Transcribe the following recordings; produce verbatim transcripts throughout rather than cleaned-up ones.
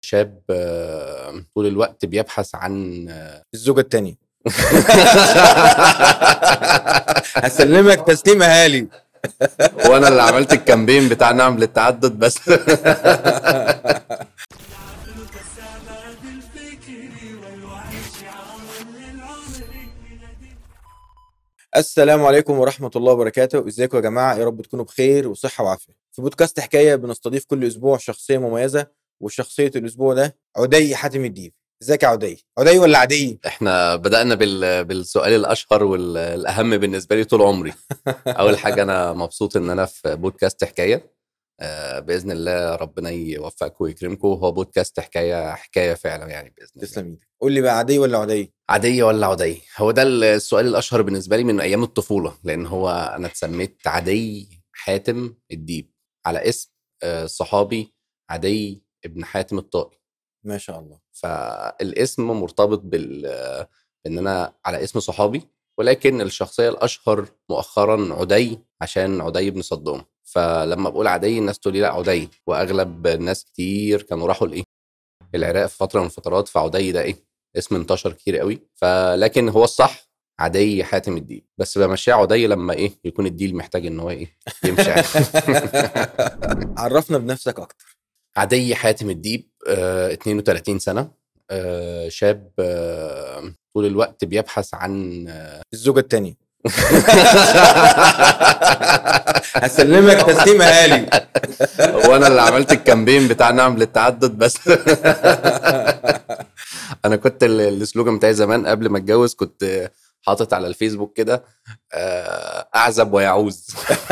شاب آه، طول الوقت بيبحث عن آه، الزوجة التانية. هسلمك تسليمة هالي. وانا اللي عملت الكامبين بتاع نعم للتعدد بس. السلام عليكم ورحمة الله وبركاته. ازيكم يا جماعة؟ يا رب تكونوا بخير وصحة وعافية. في بودكاست حكاية بنستضيف كل اسبوع شخصية مميزة، وشخصية الاسبوع ده عدي حاتم الديب. ازيك يا عدي؟ عدي ولا عدي؟ احنا بدأنا بال... بالسؤال الاشهر والاهم بالنسبة لي طول عمري. اول حاجة انا مبسوط ان انا في بودكاست حكاية. آه، بإذن الله ربنا يوفقكم ويكرمكم. هو بودكاست حكاية حكاية فعلا يعني بإذن الله. تسلم ايدك. قول لي بقى، عدي ولا عدي؟ عادية ولا عدي؟ هو ده السؤال الأشهر بالنسبة لي من أيام الطفولة، لأن هو أنا اتسميت عدي حاتم الديب على اسم آه، صحابي عدي ابن حاتم الطائي. ما شاء الله. فالاسم مرتبط بال آه، إن أنا على اسم صحابي، ولكن الشخصية الأشهر مؤخرا عدي عشان عدي بن صدام. فلما بقول عدي الناس تقول لي لا عدي، وأغلب الناس كتير كانوا راحوا لإيه العراق في فترة من الفترات، فعدي ده إيه اسم انتشر كتير قوي. فلكن هو الصح عدي حاتم الديب، بس بمشيها عدي لما ايه يكون الديل محتاج ان هو ايه يمشي. عرفنا بنفسك اكتر. عدي حاتم الديب آه، اتنين وتلاتين سنة. آه، شاب آه، طول الوقت بيبحث عن آه، الزوجة التانية. هسلمك تسليمة هالي. وانا اللي عملت الكامبين بتاع نعم للتعدد بس. انا كنت ال- السلوجان بتاعي زمان قبل ما اتجوز كنت حاطط على الفيسبوك كده آه، اعزب ويعوز.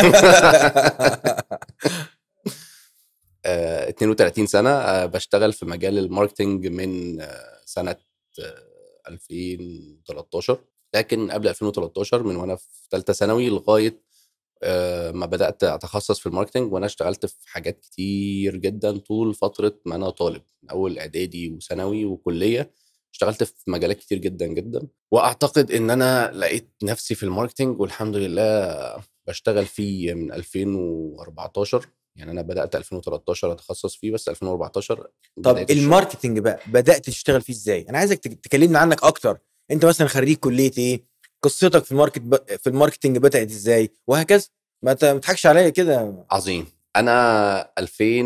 آه، اتنين وتلاتين سنة. آه، بشتغل في مجال الماركتينج من آه، سنة آه، ألفين وتلتاشر. لكن قبل ألفين وتلتاشر من وانا في ثالثة ثانوي لغاية آه، ما بدأت أتخصص في الماركتينج، وأنا اشتغلت في حاجات كتير جدا طول فترة ما أنا طالب، من أول إعدادي وثانوي وكلية. اشتغلت في مجالات كتير جدا جدا، وأعتقد إن أنا لقيت نفسي في الماركتينج والحمد لله بشتغل فيه من ألفين وأربعتاشر. يعني أنا بدأت ألفين وتلتاشر أتخصص فيه، بس ألفين وأربعتاشر بداية طب الشغل. الماركتينج بقى بدأت تشتغل فيه ازاي؟ انا عايزك تك- تكلمنا عنك اكتر. انت مثلا خريج كلية ايه؟ قصتك في الماركت ب... في الماركتينج بدأت ازاي وهكذا؟ ما ت- ما تضحكش عليا كده. عظيم. أنا ألفين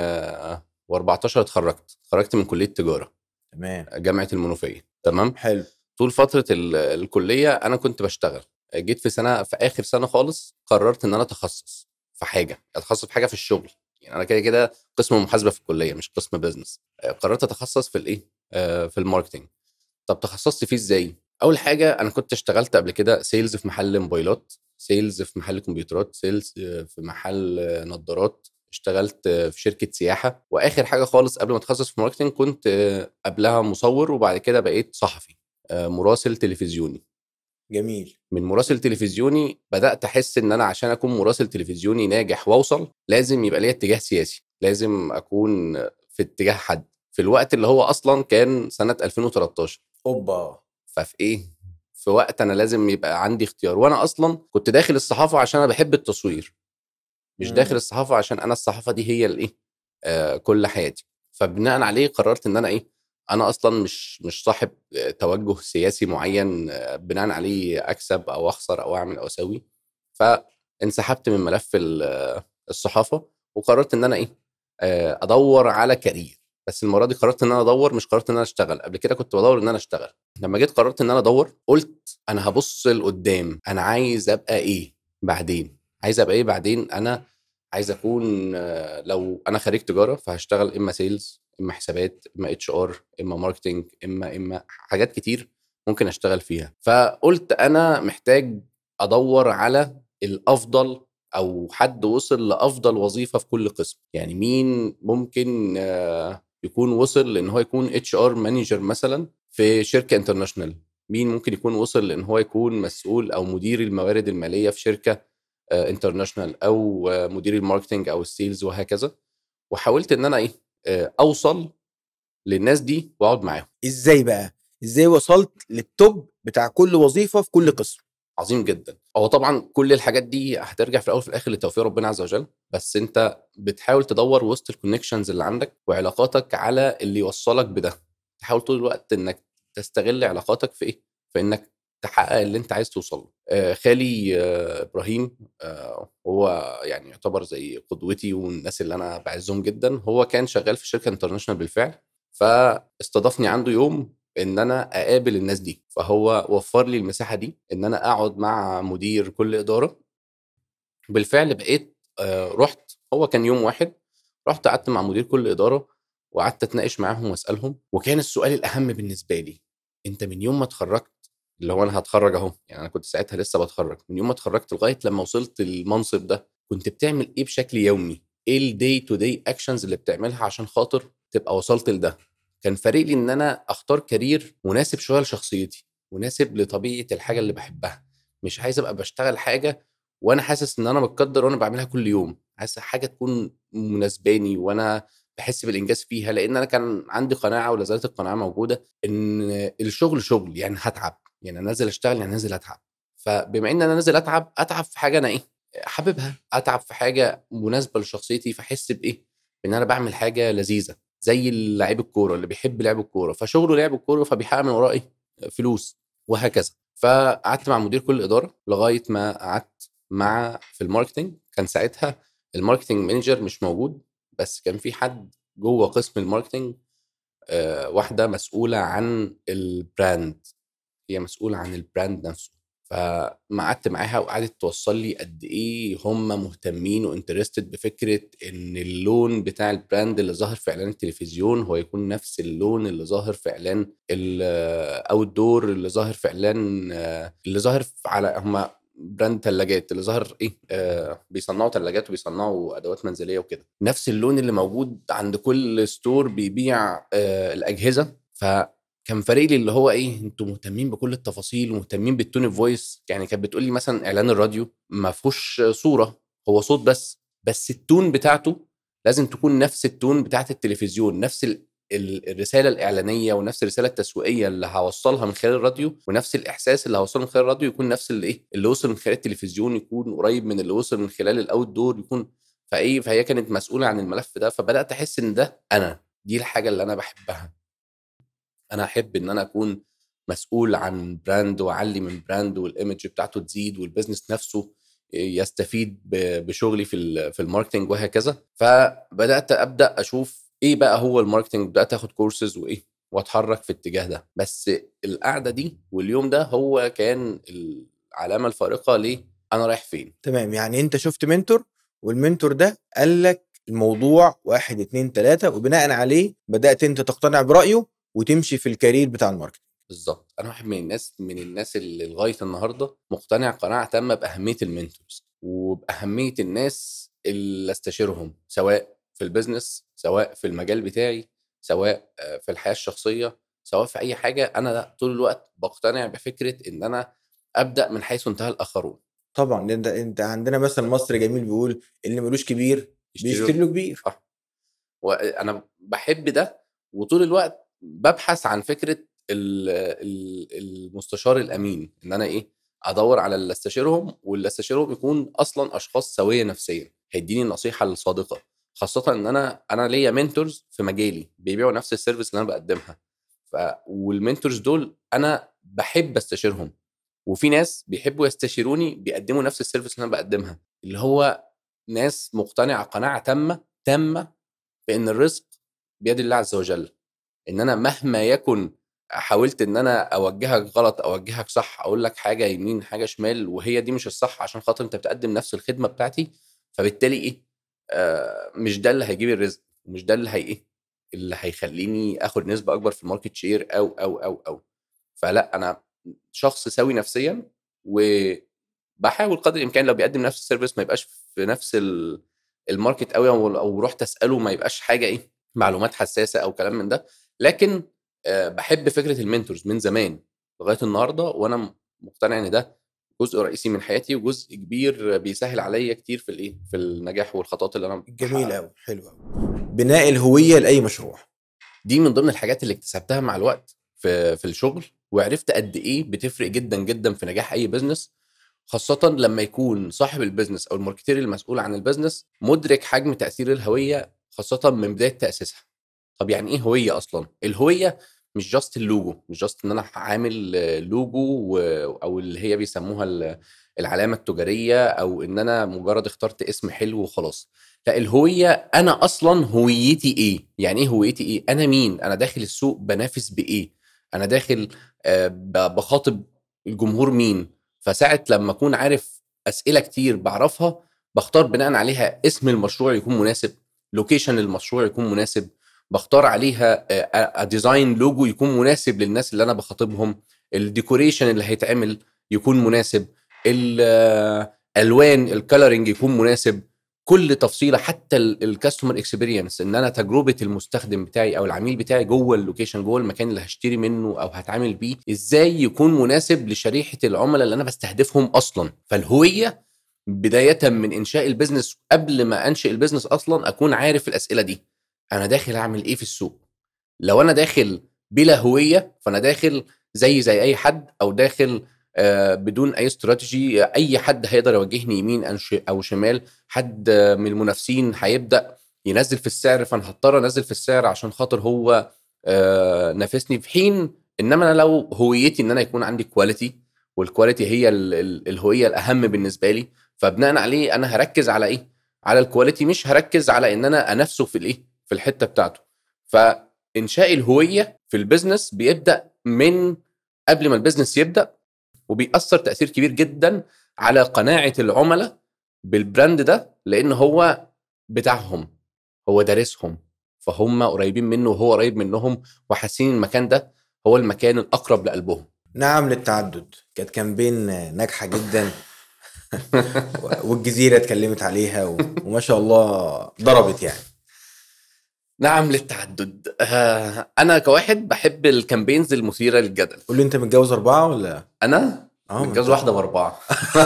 وأربعتاشر اتخرجت اتخرجت من كلية تجارة، تمام. جامعة المنوفية. تمام. حلو. طول فترة ال- الكلية أنا كنت بشتغل. جيت في سنة في آخر سنة خالص قررت إن أنا أتخصص في حاجة، أتخصص في حاجة في الشغل. يعني أنا كده كده قسم محاسبة في الكلية مش قسم بيزنس. آه، قررت أتخصص في الإيه آه، في الماركتينج. طب تخصصت فيه إزاي؟ أول حاجة أنا كنت اشتغلت قبل كده سيلز في محل موبايلات، سيلز في محل كمبيوترات، سيلز آه، في محل آه، نظارات. اشتغلت آه، في شركة سياحة. وآخر حاجة خالص قبل ما أتخصص في ماركتينج كنت آه، قبلها مصور، وبعد كده بقيت صحفي، آه، مراسل تلفزيوني. جميل. من مراسل تلفزيوني بدأت أحس إن أنا عشان أكون مراسل تلفزيوني ناجح وأوصل لازم يبقى ليا اتجاه سياسي، لازم أكون في اتجاه حد في الوقت اللي هو أصلا كان سنة ألفين وتلتاشر. اوبا. ففي إيه في وقت أنا لازم يبقى عندي اختيار، وأنا أصلا كنت داخل الصحافة عشان أنا بحب التصوير، مش داخل امم الصحافة عشان أنا الصحافة دي هي الإيه آه كل حياتي. فبناء عليه قررت إن أنا إيه أنا أصلا مش مش صاحب آه، توجه سياسي معين آه، بناء عليه أكسب أو أخسر أو أعمل أو أسوي. فانسحبت من ملف ال- آه، الصحافة، وقررت إن أنا إيه آه، أدور على كارير. بس المرة دي قررت إن أنا أدور، مش قررت إن أنا أشتغل. قبل كده كنت بدور إن أنا أشتغل. لما جيت قررت إن أنا أدور قلت أنا هبص لقدام، أنا عايز أبقى إيه بعدين. عايز ابقى ايه بعدين؟ انا عايز اكون آه، لو انا خريج تجاره فهشتغل اما سيلز، اما حسابات، اما اتش ار، اما ماركتنج، اما اما حاجات كتير ممكن اشتغل فيها. فقلت انا محتاج ادور على الافضل، او حد وصل لافضل وظيفه في كل قسم. يعني مين ممكن آه، يكون وصل لان هو يكون اتش ار مانجر مثلا في شركه انترناشونال؟ مين ممكن يكون وصل لان هو يكون مسؤول او مدير الموارد الماليه في شركه انترناشونال، او آه، مدير الماركتنج او السيلز وهكذا. وحاولت ان انا ايه آه، اوصل للناس دي واقعد معاهم. ازاي بقى؟ ازاي وصلت للتوب بتاع كل وظيفة في كل قسم؟ عظيم جدا. هو طبعا كل الحاجات دي هترجع في الاول في الاخر لتوفيق ربنا عز وجل، بس انت بتحاول تدور وسط الكونكشنز اللي عندك وعلاقاتك على اللي يوصلك بده. تحاول طول الوقت انك تستغل علاقاتك في ايه، في انك تحقق اللي انت عايز توصل له. آه خالي آه ابراهيم، آه هو يعني يعتبر زي قدوتي والناس اللي انا بعزهم جدا. هو كان شغال في شركه انترناشونال بالفعل، فاستضافني عنده يوم ان انا اقابل الناس دي، فهو وفر لي المساحه دي ان انا اقعد مع مدير كل اداره. بالفعل بقيت آه رحت، هو كان يوم واحد رحت قعدت مع مدير كل اداره وقعدت اتناقش معاهم واسالهم. وكان السؤال الاهم بالنسبه لي، انت من يوم ما اتخرجت، اللي هو انا هتخرج اهو، يعني انا كنت ساعتها لسه بتخرج، من يوم ما اتخرجت لغايه لما وصلت المنصب ده كنت بتعمل ايه بشكل يومي؟ ايه الدي تو دي اكشنز اللي بتعملها عشان خاطر تبقى وصلت لده؟ كان فارق لي ان انا اختار كارير مناسب شويه لشخصيتي، مناسب لطبيعه الحاجه اللي بحبها. مش عايز ابقى بشتغل حاجه وانا حاسس ان انا متقدر وانا بعملها كل يوم، عايز حاجه تكون مناسباني وانا بحس بالانجاز فيها. لان انا كان عندي قناعه ولا زالت القناعه موجوده ان الشغل شغل، يعني هتعب، يعني انا نازل اشتغل يعني نازل اتعب. فبما ان انا نازل اتعب، اتعب في حاجه انا ايه حاببها، اتعب في حاجه مناسبه لشخصيتي، فاحس بايه، ان انا بعمل حاجه لذيذه. زي لعيب الكوره اللي بيحب لعب الكوره فشغله لعب الكوره فبيحقق من وراه ايه فلوس، وهكذا. فقعدت مع مدير كل اداره لغايه ما قعدت مع في الماركتنج. كان ساعتها الماركتنج مانجر مش موجود، بس كان في حد جوه قسم الماركتنج، آه، واحده مسؤوله عن البراند، هي مسؤوله عن البراند نفسه. فما قعدت معاها وقعدت توصل لي قد ايه هم مهتمين وانترستد بفكره ان اللون بتاع البراند اللي ظاهر في اعلان التلفزيون هو يكون نفس اللون اللي ظاهر في اعلان الاوت دور، اللي ظاهر في اعلان آه، اللي ظاهر في- على هم براند ثلاجات اللي ظهر ايه آه بيصنعوا ثلاجات وبيصنعوا ادوات منزليه وكده، نفس اللون اللي موجود عند كل ستور بيبيع آه الاجهزه. ف كان فارق لي اللي هو ايه، انتوا مهتمين بكل التفاصيل ومهتمين بالتون اوف فويس. يعني كانت بتقول لي مثلا اعلان الراديو ما فيهوش صوره، هو صوت بس، بس التون بتاعته لازم تكون نفس التون بتاعت التلفزيون، نفس ال ال- الرساله الاعلانيه ونفس الرساله التسويقيه اللي هوصلها من خلال الراديو، ونفس الاحساس اللي هوصله من خلال الراديو يكون نفس اللي ايه اللي وصل من خلال التلفزيون، يكون قريب من اللي وصل من خلال الاوت دور يكون. فايه فهي كانت مسؤوله عن الملف ده. فبدات احس ان ده انا، دي الحاجه اللي انا بحبها. انا احب ان انا اكون مسؤول عن براند واعلي من براند والايمج بتاعته تزيد والبيزنس نفسه يستفيد ب- بشغلي في ال- في الماركتنج وهكذا. فبدات ابدا اشوف ايه بقى هو الماركتنج، بدات اخد كورسز وايه واتحرك في الاتجاه ده. بس القعده دي واليوم ده هو كان العلامه الفارقه ليه انا رايح فين. تمام، يعني انت شفت منتور، والمنتور ده قال لك الموضوع واحد اتنين تلاتة، وبناء عليه بدأت انت تقتنع برأيه وتمشي في الكارير بتاع الماركت. بالظبط. انا واحد من الناس من الناس اللي لغايه النهارده مقتنع قناعه تامه باهميه المنتورز وباهميه الناس اللي استشيرهم، سواء في البيزنس، سواء في المجال بتاعي، سواء آه، في الحياه الشخصيه، سواء في اي حاجه. انا طول الوقت بقتنع بفكره ان انا ابدا من حيث انتهى الاخرون. طبعا انت انت عندنا مثل مصري جميل بيقول اللي ملوش كبير بيشتري يشتروا. له كبير. صح. وانا بحب ده. وطول الوقت ببحث عن فكره ال- ال- المستشار الامين، ان انا ايه ادور على اللي استشيرهم، واللي استشيرهم يكون اصلا اشخاص سويه نفسيا هيديني النصيحه الصادقه. خاصه ان انا انا ليا منتورز في مجالي بيبيعوا نفس السيرفيس اللي انا بقدمها. ف والمنتورز دول انا بحب استشيرهم، وفي ناس بيحبوا يستشيروني بيقدموا نفس السيرفيس اللي انا بقدمها، اللي هو ناس مقتنعه قناعه تامه تامه بان الرزق بيد الله عز وجل. ان انا مهما يكن حاولت ان انا اوجهك غلط اوجهك صح، اقول لك حاجه يمين حاجه شمال وهي دي مش الصح عشان خاطر انت بتقدم نفس الخدمه بتاعتي، فبالتالي ايه آه مش ده اللي هيجيب الرزق، ومش ده اللي هي ايه اللي هيخليني اخد نسبه اكبر في الماركت شير او او او او فلا، انا شخص سوي نفسيا، وبحاول قدر الامكان لو بيقدم نفس السيرفيس ما يبقاش في نفس ال- الماركت قوي، او او رحت اساله ما يبقاش حاجه ايه معلومات حساسه او كلام من ده. لكن آه، بحب فكره المنتورز من زمان لغايه النهارده، وانا مقتنع ان ده جزء رئيسي من حياتي وجزء كبير بيسهل عليا كتير في الايه في النجاح والخطوات اللي انا جميل بحققها. قوي، حلو قوي. بناء الهوية لأي مشروع. دي من ضمن الحاجات اللي اكتسبتها مع الوقت في في الشغل، وعرفت قد ايه بتفرق جدا جدا في نجاح اي بزنس. خاصة لما يكون صاحب البيزنس أو الماركتير المسؤول عن البيزنس مدرك حجم تأثير الهوية خاصة من بداية تأسيسها. طب يعني إيه هوية أصلا؟ الهوية مش جاست اللوجو، مش جاست إن أنا عامل آه، لوجو و- أو اللي هي بيسموها ال- العلامة التجارية، أو إن أنا مجرد اخترت اسم حلو وخلاص. لا، الهوية أنا أصلا هويتي إيه؟ يعني إيه هويتي إيه؟ أنا مين؟ أنا داخل السوق بنافس بإيه؟ أنا داخل آه، ب- بخاطب الجمهور مين؟ فساعة لما أكون عارف أسئلة كتير بعرفها، بختار بناء عليها اسم المشروع يكون مناسب، لوكيشن المشروع يكون مناسب، بختار عليها آه، ديزاين لوجو يكون مناسب للناس اللي أنا بخاطبهم، الديكوريشن اللي هيتعمل يكون مناسب، الألوان الكالرنج يكون مناسب، كل تفصيله حتى الكاستمر اكسبيرينس، ان انا تجربه المستخدم بتاعي او العميل بتاعي جوه اللوكيشن، جوه المكان اللي هشتري منه او هتعامل بيه، ازاي يكون مناسب لشريحه العملاء اللي انا بستهدفهم اصلا. فالهويه بدايه من انشاء البيزنس، قبل ما انشئ البيزنس اصلا اكون عارف الاسئله دي. انا داخل اعمل ايه في السوق؟ لو انا داخل بلا هويه فانا داخل زي زي اي حد، او داخل آه، بدون اي استراتيجي. اي حد هيقدر يوجهني يمين أنش- او شمال. حد آه، من المنافسين هيبدا ينزل في السعر، فانا هضطر انزل في السعر عشان خاطر هو آه، نافسني. في حين انما انا لو هويتي ان انا يكون عندي كواليتي، والكواليتي هي ال ال الهويه الاهم بالنسبه لي، فبناء عليه انا هركز على ايه؟ على الكواليتي، مش هركز على ان انا انافسه في الايه، في الحته بتاعته. فانشاء الهويه في البيزنس بيبدا من قبل ما البيزنس يبدا، وبيأثر تأثير كبير جدا على قناعة العملاء بالبراند ده، لأن هو بتاعهم، هو دارسهم، فهم قريبين منه وهو قريب منهم، وحاسين المكان ده هو المكان الأقرب لقلبهم. نعم للتعدد كانت كامبين ناجحة جدا. والجزيرة اتكلمت عليها و... وما شاء الله ضربت يعني. نعم للتعدد. آه، أنا كواحد بحب الكامبينز المثيرة للجدل. قول لي انت متجوز اربعة ولا؟ أنا اه ما متجوز انت. واحدة بأربعة.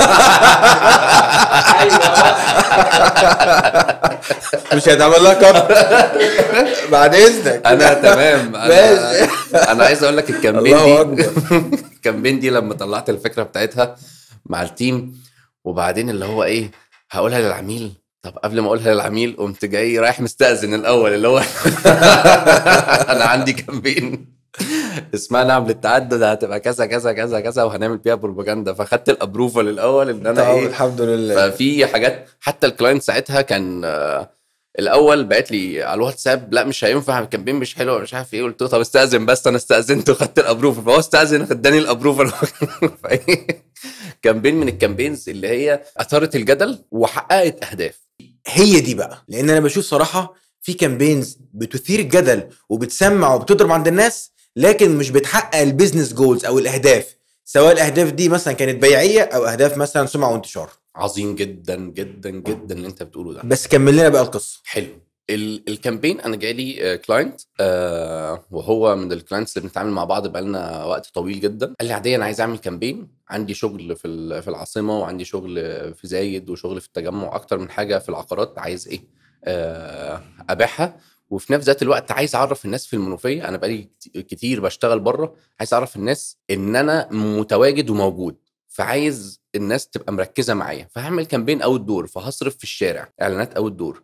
مش هتعمل لها كات بعد اذنك. انا تمام. انا ماشي. انا عايز اقول لك الكامبين الله دي اكبر. الكامبين دي لما طلعت الفكره بتاعتها مع التيم، وبعدين اللي هو ايه، هقولها للعميل. طب قبل ما اقولها للعميل قمت جاي رايح مستأذن الاول، اللي هو انا عندي كامبين اسمها نعم للتعدد، هتبقى كذا كذا كذا كذا، وهنعمل بيها بروباجندا. فخدت الابروفال الاول ان انا طب ايه. الحمد لله. ففي حاجات حتى الكلاينت ساعتها كان آه، الاول بعت لي على الواتساب لا مش هينفع، الكامبين مش حلو مش عارف ايه. قلت له طب استاذن بس. انا استاذنت وخدت الابروفل، فهو استاذن اداني الابروفل. كامبين من الكامبينز اللي هي اثارت الجدل وحققت اهداف. هي دي بقى، لان انا بشوف صراحة في كامبينز بتثير الجدل وبتسمع وبتضرب عند الناس، لكن مش بتحقق البيزنس جولز او الاهداف، سواء الاهداف دي مثلا كانت بيعية او اهداف مثلا سمعة وانتشار. عظيم جدا جدا جدا اللي انت بتقوله ده. بس كمل لنا بقى القصة. حلو. ال- الكامبين انا جالي كلاينت آه وهو من الكلاينتس اللي بنتعامل مع بعض بقالنا وقت طويل جدا. قال لي عادي انا عايز اعمل كامبين، عندي شغل في ال- في العاصمه، وعندي شغل في زايد، وشغل في التجمع، اكتر من حاجه في العقارات عايز ايه آه ابيعها. وفي نفس ذات الوقت عايز اعرف الناس في المنوفيه، انا بقالي كت- كتير بشتغل بره، عايز اعرف الناس ان انا متواجد وموجود. فعايز الناس تبقى مركزه معايا، فهعمل كامبين اوت دور، فهصرف في الشارع اعلانات اوت دور.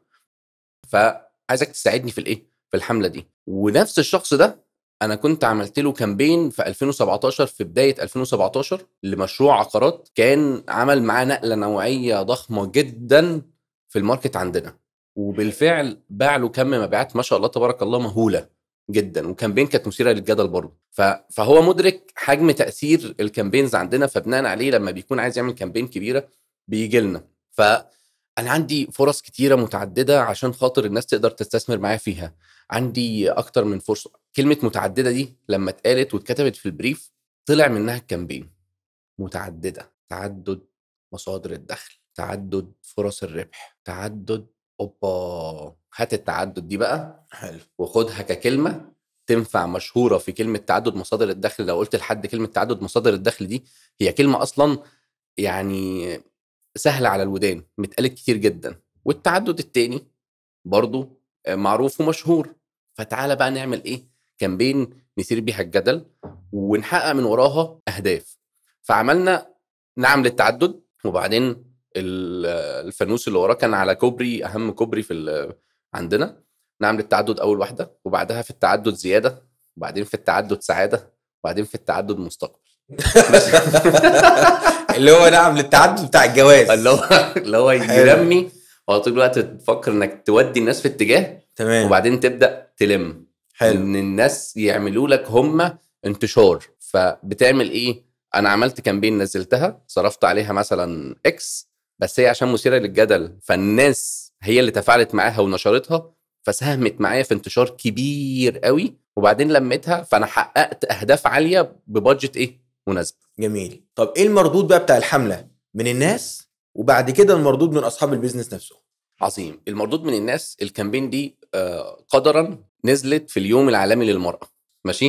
فعايزك تساعدني في الايه، في الحمله دي. ونفس الشخص ده انا كنت عملت له كامبين في ألفين وسبعتاشر، في بدايه ألفين وسبعتاشر، لمشروع عقارات كان عمل معاه نقله نوعيه ضخمه جدا في الماركت عندنا، وبالفعل باع له كم مبيعات ما شاء الله تبارك الله مهوله جدا، وكامبين كانت مثيره للجدل برضه. ف- فهو مدرك حجم تاثير الكامبينز عندنا، فبناء عليه لما بيكون عايز يعمل كامبين كبيره بيجي لنا. ف انا عندي فرص كتيره متعدده عشان خاطر الناس تقدر تستثمر معايا فيها. عندي اكتر من فرصه. كلمه متعدده دي لما اتقالت واتكتبت في البريف طلع منها الكامبين. متعدده، تعدد مصادر الدخل، تعدد فرص الربح، تعدد. اوبا، هات التعدد دي بقى حلو. وخدها ككلمه تنفع مشهوره في كلمه تعدد مصادر الدخل. لو قلت لحد كلمه تعدد مصادر الدخل دي، هي كلمه اصلا يعني سهلة على الودان، متقالت كتير جدا. والتعدد التاني برضو آه، معروف ومشهور. فتعالى بقى نعمل ايه؟ كامبين نثير بيها الجدل ونحقق من وراها اهداف. فعملنا نعم للتعدد، وبعدين ال- الفانوس اللي وراه كان على كوبري، اهم كوبري في ال- عندنا. نعمل التعدد اول واحده، وبعدها في التعدد زياده، وبعدين في التعدد سعاده، وبعدين في التعدد مستقبل. ماشي. اللي هو نعم للتعدد بتاع الجواز. اللي هو اللي هو حلو. يرمي، وطول طول الوقت تفكر انك تودي الناس في اتجاه، تمام. وبعدين تبدا تلم حلو. ان الناس يعملوا لك هم انتشار. فبتعمل ايه؟ انا عملت كامبين نزلتها، صرفت عليها مثلا اكس، بس هي عشان مثيره للجدل، فالناس هي اللي تفاعلت معاها ونشرتها، فساهمت معايا في انتشار كبير قوي، وبعدين لميتها، فانا حققت اهداف عاليه ببادجت ايه مناسب. جميل. طب ايه المردود بقى بتاع الحملة من الناس، وبعد كده المردود من اصحاب البيزنس نفسه؟ عظيم. المردود من الناس، الكامبين دي آه، قدرا نزلت في اليوم العالمي للمرأة. ماشي.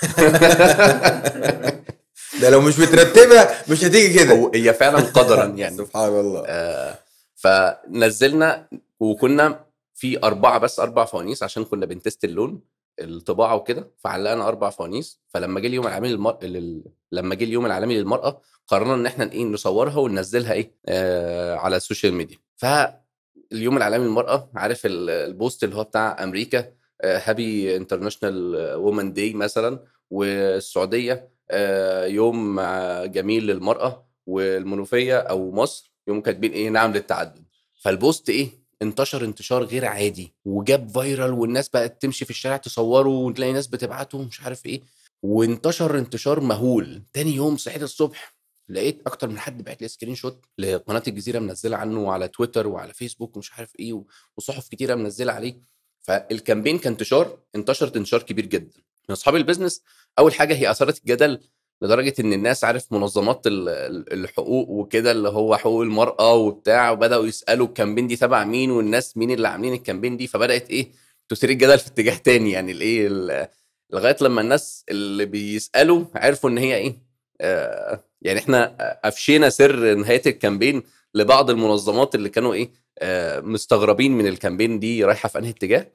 ده لو مش مترتبة مش هتيجي كده. هو هي فعلا قدرا يعني. سبحان الله. آه، فنزلنا، وكنا في أربعة بس، أربع فوانيس، عشان كنا بنتست اللون الطباعة وكده، فعلقنا أربع فوانيس. فلما جه اليوم العالمي للمرأة لل... لما جه اليوم العالمي للمرأة، قررنا إن إحنا إيه نصورها وننزلها إيه آه على السوشيال ميديا. فاليوم العالمي للمرأة، عارف ال- البوست اللي هو بتاع أمريكا هابي انترناشونال وومن داي مثلا، والسعودية آه، يوم آه، جميل للمرأة، والمنوفية او مصر يوم كاتبين ايه نعم للتعدد. فالبوست ايه انتشر انتشار غير عادي، وجاب فايرال، والناس بقت تمشي في الشارع تصوره، وتلاقي ناس بتبعته مش عارف ايه، وانتشر انتشار مهول. تاني يوم صحيت الصبح، لقيت اكتر من حد بعت لي سكرين شوت لقناه الجزيره منزله عنه على تويتر وعلى فيسبوك ومش عارف ايه، و- وصحف كتيره منزله عليه. فالكامبين كانتشار انتشرت انتشار كبير جدا من اصحاب البيزنس. اول حاجه هي اثارت الجدل، لدرجه ان الناس عارف منظمات ال- ال- الحقوق وكده، اللي هو حقوق المراه وبتاع، وبداوا يسالوا الكامبين دي تبع مين، والناس مين اللي عاملين الكامبين دي. فبدات ايه تثير الجدل في اتجاه تاني، يعني الايه ال- لغايه لما الناس اللي بيسالوا عرفوا ان هي ايه آه يعني احنا افشينا سر نهايه الكامبين لبعض المنظمات اللي كانوا ايه آه مستغربين من الكامبين دي رايحه في انهي اتجاه.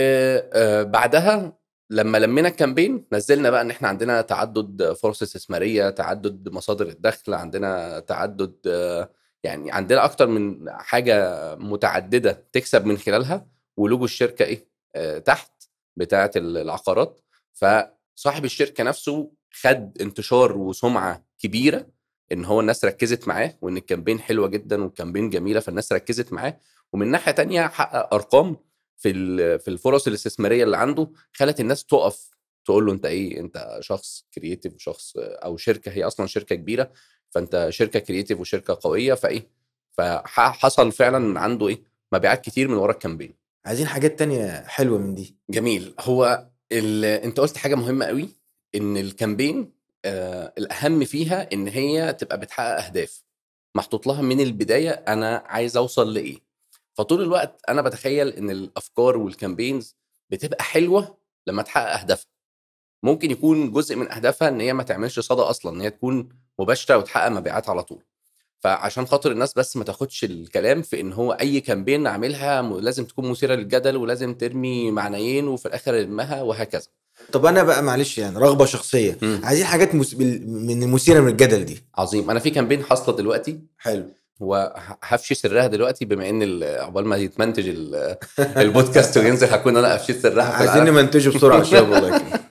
وبعدها لما لمينا الكامبين، نزلنا بقى ان احنا عندنا تعدد فرص استثماريه، تعدد مصادر الدخل، عندنا تعدد آه، يعني عندنا اكتر من حاجه متعدده تكسب من خلالها، ولوجو الشركه ايه آه، تحت بتاعه العقارات. فصاحب الشركه نفسه خد انتشار وسمعه كبيره، ان هو الناس ركزت معاه، وان الكامبين حلوه جدا والكامبين جميله، فالناس ركزت معاه. ومن ناحيه تانية حقق ارقام في ال- في الفرص الاستثماريه اللي عنده، خلت الناس تقف تقول له انت ايه، انت شخص كرييتيف وشخص، او شركه هي اصلا شركه كبيره، فانت شركه كرييتيف وشركه قويه، فايه فحصل فعلا عنده ايه مبيعات كتير من ورا الكامبين. عايزين حاجات تانية حلوة من دي. جميل. هو ال... انت قلت حاجه مهمه قوي، ان الكامبين آه الاهم فيها ان هي تبقى بتحقق اهداف محطوط لها من البدايه، انا عايز اوصل لايه. فطول الوقت انا بتخيل ان الافكار والكامبينز بتبقى حلوه لما تحقق اهدافها. ممكن يكون جزء من اهدافها ان هي ما تعملش صدى اصلا، ان هي تكون مباشره وتحقق مبيعات على طول. فعشان خاطر الناس بس ما تاخدش الكلام في ان هو اي كامبين اعملها م- لازم تكون مثيره للجدل، ولازم ترمي معنيين وفي الاخر المها وهكذا. طب انا بقى معلش يعني رغبة شخصية، مم. عايزين حاجات مس... بال- من المثيرة من الجدل دي. عظيم. انا في كامبين حاصله دلوقتي، حلو. وهفشي سرها دلوقتي، بما ان ال- عقبال ما يتمنتج ال- البودكاست وينزل هكون انا افشيت سرها في عايزين العالم. نمنتجه بسرعة شباب الله يكرمك.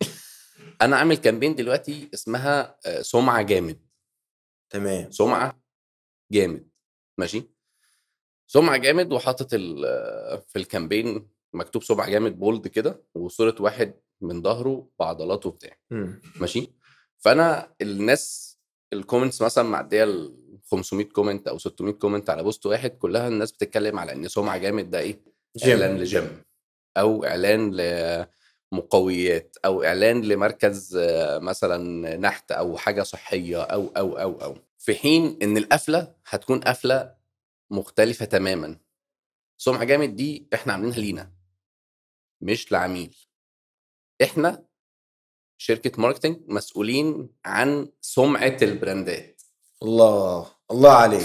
انا عامل كامبين دلوقتي اسمها آه، سمعه جامد. تمام. سمعه جامد. ماشي. سمعه جامد، وحاطط ال- في الكامبين مكتوب سمعه جامد بولد كده، وصوره واحد من ظهره بعضلاته بتاع. مم. ماشي. فانا الناس الكومنتس مثلا معديه ال خمسمية كومنت او ستمية كومنت على بوست واحد، كلها الناس بتتكلم على ان سمعه جامد ده ايه اعلان جيم. لجيم، او اعلان لمقويات، او اعلان لمركز آه، مثلا نحت، او حاجه صحيه، او او او او في حين ان القفله هتكون قفله مختلفه تماما. سمعه جامد دي احنا عاملينها لينا، مش لعميل. احنا شركه ماركتنج مسؤولين عن سمعه البراندات. الله الله عليك.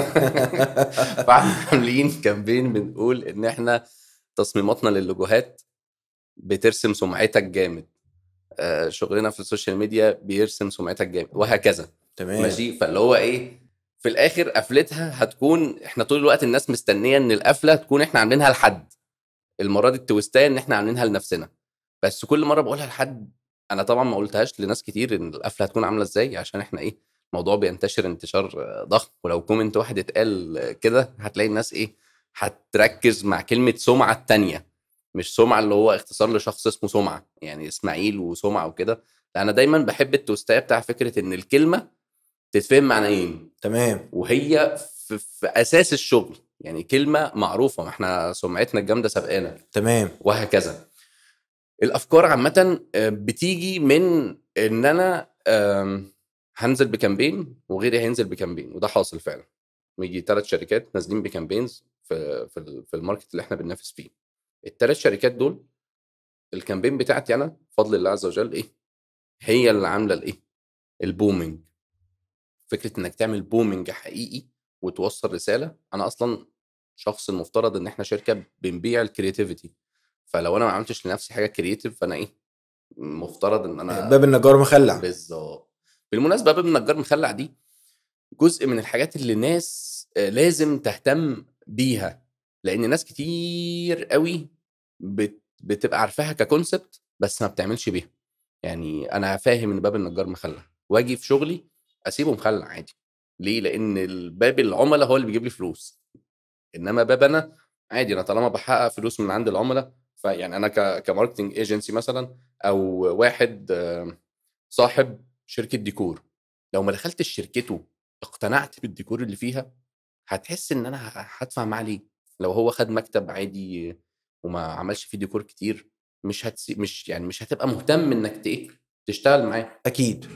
فاحنا عاملين كامبين بنقول ان احنا تصميماتنا للوجوهات بترسم سمعتك جامد، آه، شغلنا في السوشيال ميديا بيرسم سمعتك جامد، وهكذا. تمام. ماشي. فاللي هو ايه في الاخر قفلتها هتكون احنا طول الوقت الناس مستنيه ان القفله تكون احنا عاملينها لحد. المره دي التويستايه ان احنا عاملينها لنفسنا. بس كل مره بقولها لحد، انا طبعا ما قلتهاش لناس كتير ان القفله هتكون عامله ازاي، عشان احنا ايه، الموضوع بينتشر انتشار آه، ضخم. ولو كومنت واحد اتقال آه، كده هتلاقي الناس ايه، هتركز مع كلمه سمعه التانية، مش سمعه اللي هو اختصار لشخص اسمه سمعه، يعني اسماعيل وسمعه وكده. لا، انا دايما بحب التويستايه بتاع فكره ان الكلمه تتفهم معنيين، تمام. وهي في, في اساس الشغل، يعني كلمه معروفه، ما احنا سمعتنا الجامده سبقانا، تمام. وهكذا. الافكار عامه آه، بتيجي من ان انا آم، هنزل بكامبين وغيري هينزل بكامبين، وده حاصل فعلا. يجي ثلاث شركات نازلين بكامبينز في في ال- في الماركت اللي احنا بننافس فيه. الثلاث شركات دول الكامبين بتاعتي انا بفضل الله عز وجل ايه، هي اللي عامله الايه، البومينج. فكره انك تعمل بومينج حقيقي وتوصل رساله. انا اصلا شخص المفترض ان احنا شركه بنبيع الكرياتيفيتي، فلو انا ما عملتش لنفسي حاجه كرياتيف فانا ايه، مفترض ان انا باب النجار مخلع. بالظبط. بالمناسبه باب النجار مخلع دي جزء من الحاجات اللي الناس آه، لازم تهتم بيها، لان ناس كتير قوي بت... بتبقى عارفاها ككونسبت بس ما بتعملش بيها. يعني انا فاهم ان باب النجار مخلع، واجي في شغلي اسيبه مخلع عادي. ليه؟ لان الباب العملاء هو اللي بيجيب لي فلوس، انما باب انا عادي، انا طالما بحقق فلوس من عند العملاء. فيعني انا ك... كماركتنج ايجنسي مثلا، او واحد آه، صاحب شركه ديكور، لو ما دخلتش شركته اقتنعت بالديكور اللي فيها، هتحس ان انا ه- هدفع معاه ليه. لو هو خد مكتب عادي وما عملش فيه ديكور كتير، مش هتسي... مش يعني مش هتبقى مهتم انك ت- ايه تشتغل معاه. اكيد.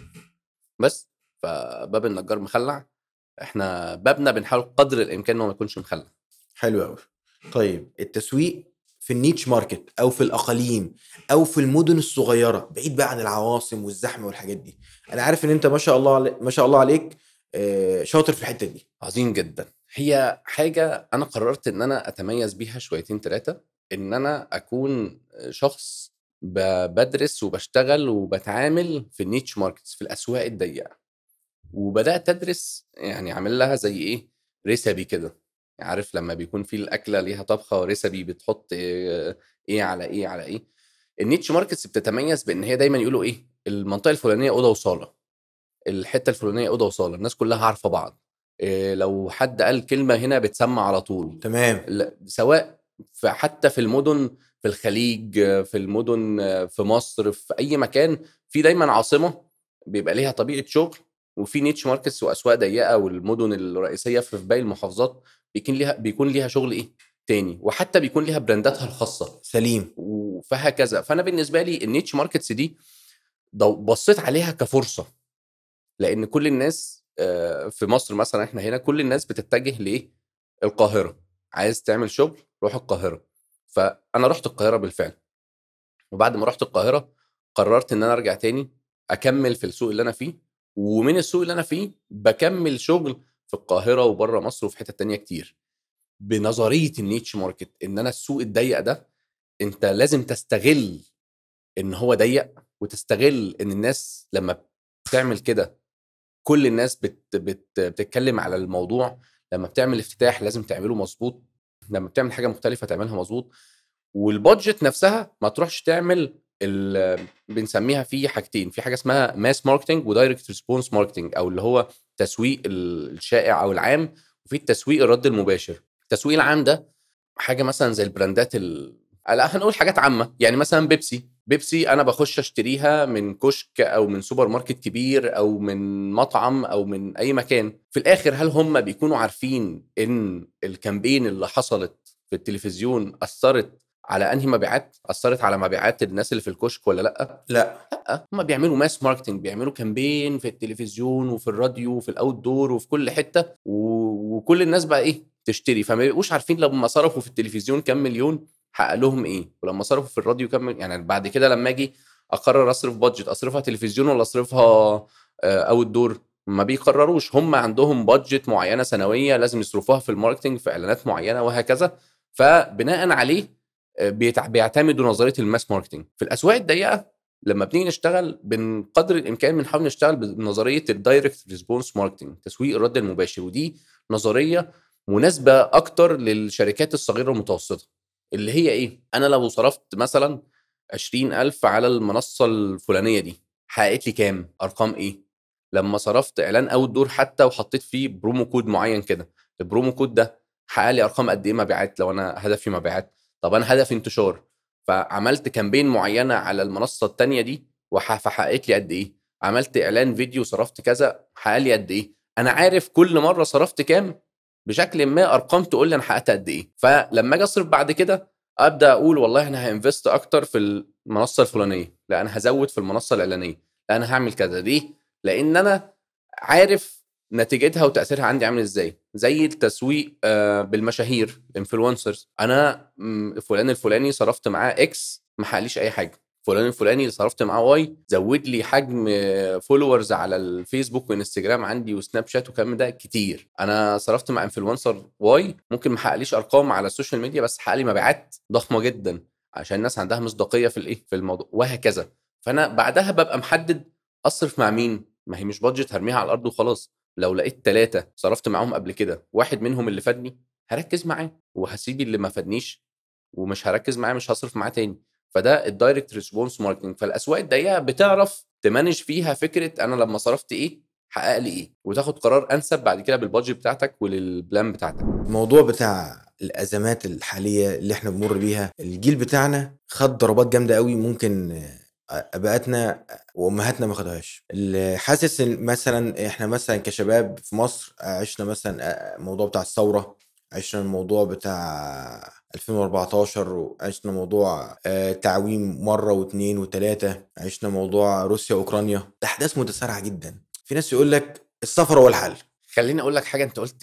بس فباب النجار مخلع، احنا بابنا بنحاول قدر الامكان انه ما يكونش مخلع. حلو قوي. طيب التسويق في النيتش ماركت او في الاقاليم او في المدن الصغيره بعيد بقى عن العواصم والزحمه والحاجات دي، انا عارف ان انت ما شاء الله علي... ما شاء الله عليك آه، شاطر في الحته دي. عظيم جدا. هي حاجة أنا قررت إن أنا أتميز بيها شويتين تلاتة، إن أنا أكون شخص ب- بدرس وبشتغل وبتعامل في النيتش ماركتس، في الأسواق الضيقة. وبدأت أدرس، يعني عامل لها زي إيه، ريسبي كده. عارف لما بيكون في الأكلة ليها طبخة وريسبي بتحط إيه إيه على إيه على إيه. النيتش ماركتس بتتميز بإن هي دايما يقولوا إيه، المنطقة الفلانية أوضة وصالة، الحته الفلانيه اوضه وصاله، الناس كلها عارفه بعض. إيه، لو حد قال كلمه هنا بتسمع على طول. تمام. ل- سواء في حتى في المدن، في الخليج، في المدن، في مصر، في اي مكان، في دايما عاصمه بيبقى ليها طبيعه شغل، وفي نيتش ماركتس واسواق ضيقه، والمدن الرئيسيه في في باقي المحافظات بيكون ليها بيكون ليها شغل ايه تاني، وحتى بيكون ليها برانداتها الخاصه، سليم. فهكذا. فانا بالنسبه لي النيتش ماركتس دي ضو- بصيت عليها كفرصه، لان كل الناس آه، في مصر مثلا، احنا هنا كل الناس بتتجه لايه، القاهره. عايز تعمل شغل روح القاهره. فانا رحت القاهره بالفعل، وبعد ما رحت القاهره قررت ان انا ارجع تاني اكمل في السوق اللي انا فيه، ومن السوق اللي انا فيه بكمل شغل في القاهره وبره مصر وفي حتت تانية كتير، بنظريه النيتش ماركت. ان انا السوق الضيق ده انت لازم تستغل ان هو ضيق، وتستغل ان الناس لما بتعمل كده كل الناس بت بت بتتكلم على الموضوع. لما بتعمل افتتاح لازم تعمله مظبوط، لما بتعمل حاجه مختلفه تعملها مظبوط. والبادجت نفسها ما تروحش تعمل ال- بنسميها في حاجتين، في حاجه اسمها ماس ماركتنج ودايركت ريسبونس ماركتنج، او اللي هو تسويق الشائع او العام، وفي التسويق الرد المباشر. التسويق العام ده حاجه مثلا زي البراندات ال... لا هنقول حاجات عامه، يعني مثلا بيبسي بيبسي انا بخش اشتريها من كشك او من سوبر ماركت كبير او من مطعم او من اي مكان. في الاخر هل هم بيكونوا عارفين ان الكامبين اللي حصلت في التلفزيون اثرت على انهي مبيعات، اثرت على مبيعات الناس اللي في الكشك ولا لا؟ لا. لا، هم بيعملوا ماس ماركتنج، بيعملوا كامبين في التلفزيون وفي الراديو وفي الاوت دور وفي كل حته، و... وكل الناس بقى ايه تشتري. فما بيبقوش عارفين لما صرفوا في التلفزيون كام مليون حقق لهم ايه، ولما صرفوا في الراديو كام مل- يعني بعد كده لما اجي اقرر اصرف بادجت، اصرفها تلفزيون ولا اصرفها اوت دور، ما بيقرروش. هم عندهم بادجت معينه سنويه لازم يصرفوها في الماركتنج، في اعلانات معينه وهكذا. فبناء عليه آه، بيتع- بيعتمدوا نظريه الماس ماركتنج. في الاسواق الضيقه لما بنيجي نشتغل بقدر الامكان بنحاول نشتغل بنظريه الدايركت ريسبونس ماركتنج، تسويق الرد المباشر، ودي نظريه مناسبه اكتر للشركات الصغيره والمتوسطه. اللي هي ايه؟ انا لو صرفت مثلا عشرين ألف على المنصه الفلانيه دي حققت لي كام؟ ارقام ايه؟ لما صرفت اعلان اوت دور حتى وحطيت فيه برومو كود معين كده، البرومو كود ده حقق لي ارقام قد ايه مبيعات لو انا هدفي مبيعات؟ طب انا هدفي انتشار، فعملت كامبين معينه على المنصه التانية دي وح- فحققت لي قد ايه؟ عملت اعلان فيديو صرفت كذا حقق لي قد ايه؟ انا عارف كل مره صرفت كام بشكل ما، ارقام تقول لي انا حققت قد ايه. فلما اجي اصرف بعد كده ابدا اقول والله انا هانفست اكتر في المنصه الفلانيه، لا انا هزود في المنصه الاعلانيه، لا انا هعمل كذا. ليه؟ لان انا عارف نتيجتها وتاثيرها عندي عامل ازاي. زي التسويق آه، بالمشاهير انفلونسرز، انا م، فلان الفلاني صرفت معاه اكس ما حقليش اي حاجه، فلان الفلاني اللي صرفت معاه واي زود لي حجم فولورز على الفيسبوك وانستجرام عندي وسناب شات وكلام ده كتير. انا صرفت مع انفلونسر واي ممكن ما حققليش ارقام على السوشيال ميديا بس حقق لي مبيعات ضخمه جدا عشان الناس عندها مصداقيه في الايه في الموضوع، وهكذا. فانا بعدها ببقى محدد اصرف مع مين. ما هي مش بادجت هرميها على الارض وخلاص. لو لقيت ثلاثة صرفت معاهم قبل كده واحد منهم اللي فادني هركز معاه، وهسيب اللي ما فادنيش ومش هركز معاه مش هصرف معاه تاني. فده الدايركت ريسبونس ماركتنج. فالاسواق الضيقه بتعرف تمانج فيها فكره انا لما صرفت ايه حقق لي ايه، وتاخد قرار انسب بعد كده بالبادجت بتاعتك وللبلان بتاعتك. الموضوع بتاع الازمات الحاليه اللي احنا بنمر بيها، الجيل بتاعنا خد ضربات جامده قوي، ممكن آه، ابائاتنا وامهاتنا ما خدوهاش. اللي حاسس ان مثلا احنا مثلا كشباب في مصر عشنا مثلا آه، الموضوع بتاع الثوره، عشنا الموضوع بتاع ألفين وأربعتاشر، وعشنا موضوع آه، تعويم مره واثنين وثلاثه، عشنا موضوع روسيا واوكرانيا. احداث متسارعه جدا. في ناس يقول لك السفر هو الحل. خليني اقول لك حاجه، انت قلت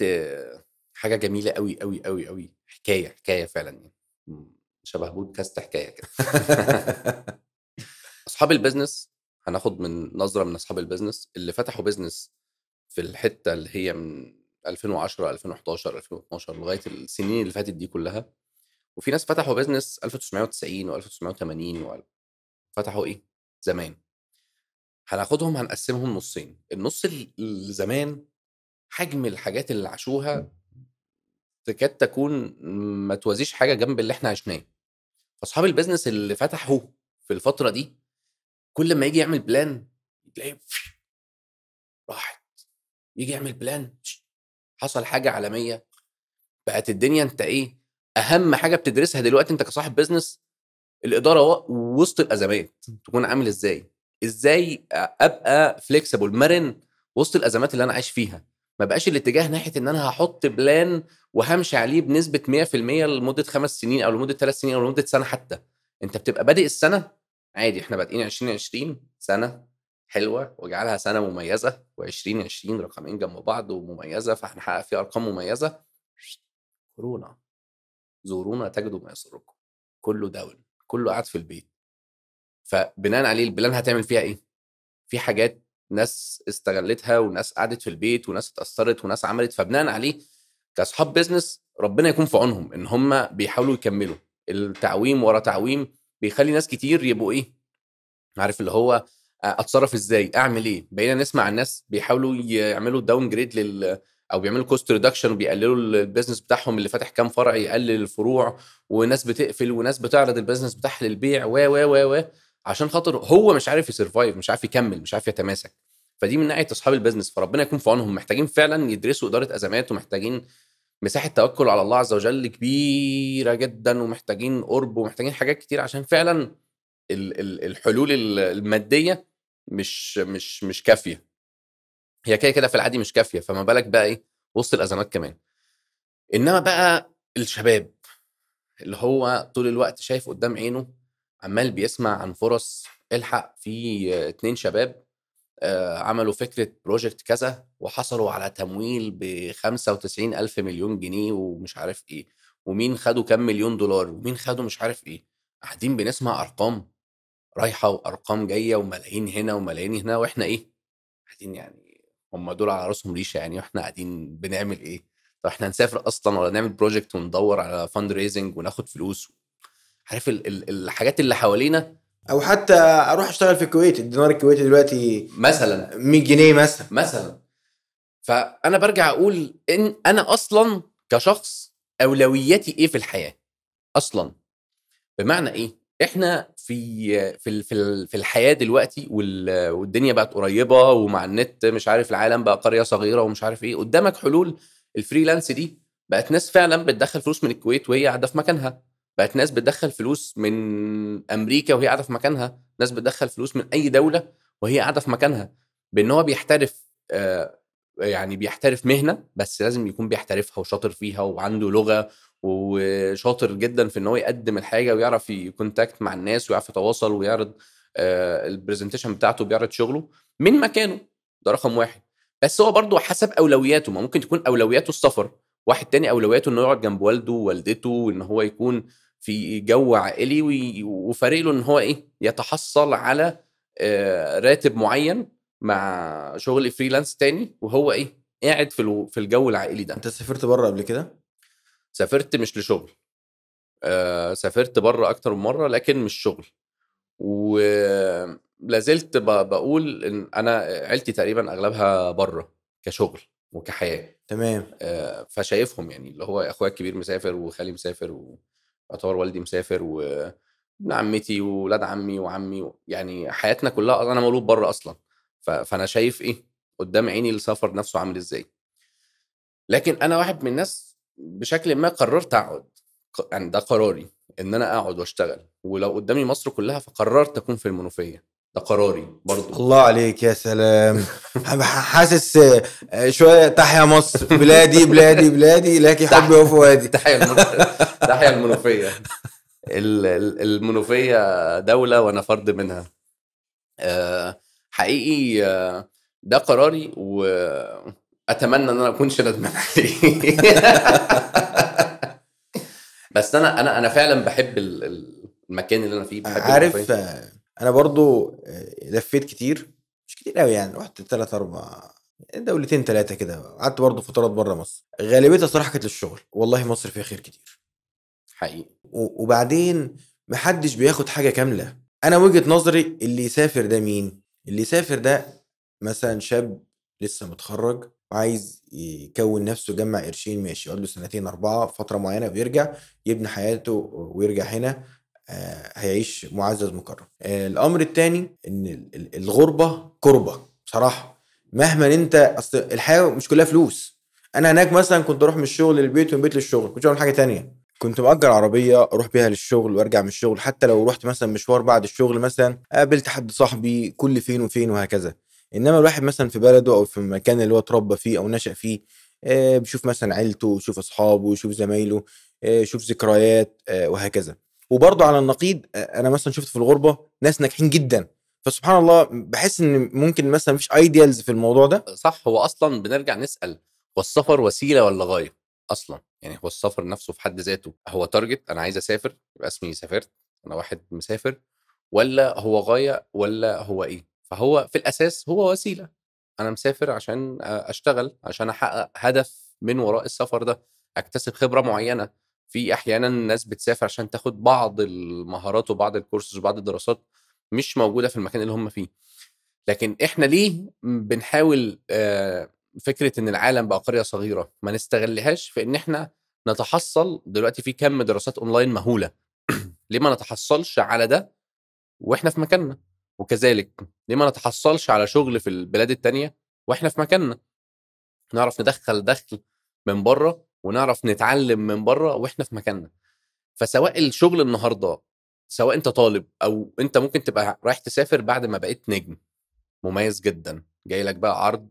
حاجه جميله قوي قوي قوي قوي، حكايه حكايه فعلا يعني. م- شبه بودكاست حكايه كده. اصحاب البيزنس، هناخد من نظره من اصحاب البيزنس اللي فتحوا بيزنس في الحته اللي هي من ألفين وعشرة ألفين وحداشر ألفين واثناشر لغايه السنين اللي فاتت دي كلها. وفي ناس فتحوا بيزنس ألف وتسعمية وتسعين و1980 وفتحوا ايه زمان. هناخدهم هنقسمهم نصين. النص ال- اللي زمان حجم الحاجات اللي عاشوها تكاد تكون ما توازيش حاجه جنب اللي احنا عشناه. فاصحاب البيزنس اللي فتحوا في الفتره دي كل ما يجي يعمل بلان تلاقيه راحت، يجي يعمل بلان حصل حاجه عالميه. بقت الدنيا انت ايه اهم حاجه بتدرسها دلوقتي انت كصاحب بيزنس؟ الاداره و- وسط الازمات تكون عامل ازاي، ازاي ابقى فليكسيبل مرن وسط الازمات اللي انا عايش فيها. ما بقاش الاتجاه ناحيه ان انا هحط بلان وهمشي عليه بنسبه مية في المية لمده خمس سنين او لمده ثلاث سنين او لمده سنه حتى. انت بتبقى بادئ السنه عادي، احنا بادئين ألفين وعشرين سنه حلوه واجعلها سنه مميزه، و2020 رقمين جنب بعض ومميزه فهنحقق فيها ارقام مميزه. كورونا، زورونا تجدوا ما يسركم، كله داون، كله قاعد في البيت. فبناء عليه البلان هتعمل فيها ايه؟ في حاجات ناس استغلتها وناس قعدت في البيت وناس اتأثرت وناس عملت. فبناء عليه كاصحاب بيزنس ربنا يكون في عونهم ان هم بيحاولوا يكملوا. التعويم ورا تعويم بيخلي ناس كتير يبقوا ايه، عارف اللي هو اتصرف ازاي، اعمل ايه. بقينا نسمع الناس بيحاولوا يعملوا داون جريد لل او بيعملوا كوست ريدكشن وبيقللوا البيزنس بتاعهم اللي فاتح كام فرع يقلل الفروع، وناس بتقفل وناس بتعرض البيزنس بتاعها للبيع و و و و عشان خاطر هو مش عارف يسرفايف، مش عارف يكمل، مش عارف يتماسك. فدي من ناحيه اصحاب البيزنس، فربنا يكون في عونهم. محتاجين فعلا يدرسوا اداره ازمات، ومحتاجين مساحه توكل على الله عز وجل كبيره جدا، ومحتاجين قرب، ومحتاجين حاجات كتير عشان فعلا ال- ال- الحلول ال- الماديه مش مش مش كافيه. هي كده كده في العادي مش كافيه، فما بالك بقى ايه وسط الازمات كمان. انما بقى الشباب اللي هو طول الوقت شايف قدام عينه عمال بيسمع عن فرص، الحق في اتنين شباب آه، عملوا فكرة بروجكت كذا وحصلوا على تمويل بخمسة وتسعين ألف مليون جنيه ومش عارف ايه، ومين خدوا كام مليون دولار ومين خدوا مش عارف ايه. قاعدين بنسمع أرقام رايحة وأرقام جاية وملايين هنا وملايين هنا، وإحنا إيه قاعدين يعني هم دول على راسهم ريشة يعني، وإحنا قاعدين بنعمل إيه؟ طب إحنا هنسافر أصلا ولا نعمل بروجكت وندور على فاند ريزنج وناخد فلوس؟ عارف ال ال الحاجات اللي حوالينا او حتى اروح اشتغل في الكويت، الدينار الكويتي دلوقتي مثلا مية جنيه مثلا. مثلا فانا برجع اقول ان انا اصلا كشخص اولوياتي ايه في الحياه اصلا. بمعنى ايه؟ احنا في في ال- في ال- في الحياه دلوقتي وال- والدنيا بقت قريبه، ومع النت مش عارف العالم بقى قريه صغيره ومش عارف ايه، قدامك حلول. الفريلانس دي بقت ناس فعلا بتدخل فلوس من الكويت وهي قاعده في مكانها، بقت ناس بتدخل فلوس من امريكا وهي قاعده في مكانها، ناس بتدخل فلوس من اي دوله وهي قاعده في مكانها، بان هو بيحترف. آه، يعني بيحترف مهنه، بس لازم يكون بيحترفها وشاطر فيها وعنده لغه، وشاطر جدا في ان هو يقدم الحاجه ويعرف يكونتاكت مع الناس ويعرف يتواصل ويعرض البرزنتيشن بتاعته، بيعرض شغله من مكانه. ده رقم واحد. بس هو برضو حسب اولوياته، ما ممكن تكون اولوياته السفر، واحد تاني اولوياته انه يقعد جنب والده ووالدته، وان هو يكون في جو عائلي، وي- وفارق له ان هو ايه يتحصل على آه، راتب معين مع شغل فريلانس تاني، وهو ايه قاعد في الو- في الجو العائلي ده. انت سافرت بره قبل كده؟ سافرت مش لشغل. آه، سافرت بره اكتر من مره لكن مش شغل. ولازلت بقول ان انا عيلتي تقريبا اغلبها بره كشغل وكحياه. تمام. آه، فشايفهم يعني اللي هو اخويا الكبير مسافر، وخالي مسافر، ويعتبر والدي مسافر، وابن عمتي وولاد عمي وعمي، يعني حياتنا كلها. انا مولود بره اصلا. ف- فانا شايف ايه قدام عيني السفر نفسه عامل ازاي. لكن انا واحد من الناس بشكل ما قررت اقعد. ق- يعني ده قراري ان انا اقعد واشتغل، ولو قدامي مصر كلها فقررت اكون في المنوفيه. ده قراري برضو. الله عليك، يا سلام. ح- حاسس آه، شويه تحيا مصر، بلادي بلادي بلادي لك حبي تح- وفؤادي. تحيا المن... تحيا المنوفيه. ال- ال- المنوفيه دوله وانا فرد منها. آه، حقيقي. آه، ده قراري، واتمنى ان انا اكونش ندمان عليه. بس انا انا انا فعلا بحب ال- ال- المكان اللي انا فيه، بحب عارف، المنوفيه. آه، انا برضو آه، لفيت كتير، مش كتير قوي يعني، رحت ثلاث اربع دولتين ثلاثه كده، قعدت برضو فترات بره مصر، غالبيتها صراحه كانت للشغل. والله مصر فيها خير كتير. حقيقي. و- وبعدين محدش بياخد حاجه كامله. انا وجهه نظري اللي يسافر ده مين؟ اللي يسافر ده مثلا شاب لسه متخرج وعايز يكون نفسه، يجمع قرشين، ماشي، يقعد له سنتين اربعه فتره معينه ويرجع يبني حياته ويرجع هنا. آه، هيعيش معزز مكرم. آه، الامر التاني ان ال- ال- الغربه كربه بصراحه. مهما انت، اصل الحياه مش كلها فلوس. انا هناك مثلا كنت اروح من الشغل للبيت ومن البيت للشغل، كنت بعمل حاجه تانية. كنت مأجر عربية أروح بيها للشغل وأرجع من الشغل، حتى لو رحت مثلا مشوار بعد الشغل، مثلا قابلت حد صاحبي كل فين وفين وهكذا. إنما الواحد مثلا في بلده أو في المكان اللي هو اتربى فيه أو نشأ فيه، آه، بيشوف مثلا عيلته، يشوف أصحابه، يشوف زمايله، آه، يشوف ذكريات، آه، وهكذا. وبرضه على النقيض، آه، أنا مثلا شفت في الغربة ناس ناجحين جدا. فسبحان الله بحس إن ممكن مثلا مفيش ايديالز في الموضوع ده. صح. هو اصلا بنرجع نسال، هو السفر وسيله ولا غايه اصلا؟ يعني هو السفر نفسه في حد ذاته هو تارجت، انا عايز اسافر يبقى اسمي سافرت، انا واحد مسافر، ولا هو غايه، ولا هو ايه؟ فهو في الاساس هو وسيله. انا مسافر عشان اشتغل، عشان احقق هدف من وراء السفر ده، اكتسب خبره معينه. في احيانا ناس بتسافر عشان تاخد بعض المهارات وبعض الكورسز وبعض الدراسات مش موجوده في المكان اللي هم فيه. لكن احنا ليه بنحاول آه، فكره ان العالم بقى قريه صغيره ما نستغلهاش في ان احنا نتحصل دلوقتي في كم دراسات اونلاين مهوله؟ ليه ما نتحصلش على ده واحنا في مكاننا؟ وكذلك ليه ما نتحصلش على شغل في البلاد التانية واحنا في مكاننا؟ نعرف ندخل دخل من بره، ونعرف نتعلم من بره واحنا في مكاننا. فسواء الشغل النهارده، سواء انت طالب او انت ممكن تبقى رايح تسافر بعد ما بقيت نجم مميز جدا، جاي لك بقى عرض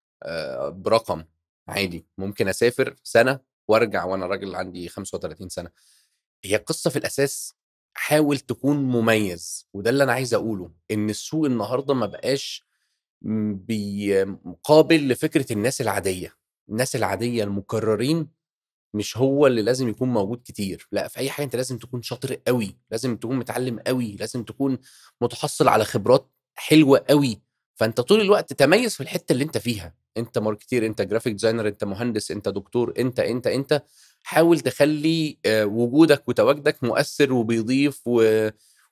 آه، برقم عادي، ممكن اسافر سنه وارجع وانا راجل عندي خمسة وثلاثين سنه. هي قصه في الاساس حاول تكون مميز. وده اللي انا عايز اقوله، ان السوق النهارده ما بقاش م- بي- مقابل لفكره الناس العاديه. الناس العاديه المكررين مش هو اللي لازم يكون موجود كتير. لا، في اي حاجه انت لازم تكون شاطر قوي، لازم تكون متعلم قوي، لازم تكون متحصل على خبرات حلوه قوي. فانت طول الوقت تميز في الحته اللي انت فيها. انت ماركتير، انت جرافيك ديزاينر، انت مهندس، انت دكتور، انت انت انت حاول تخلي آه، وجودك وتواجدك مؤثر وبيضيف و...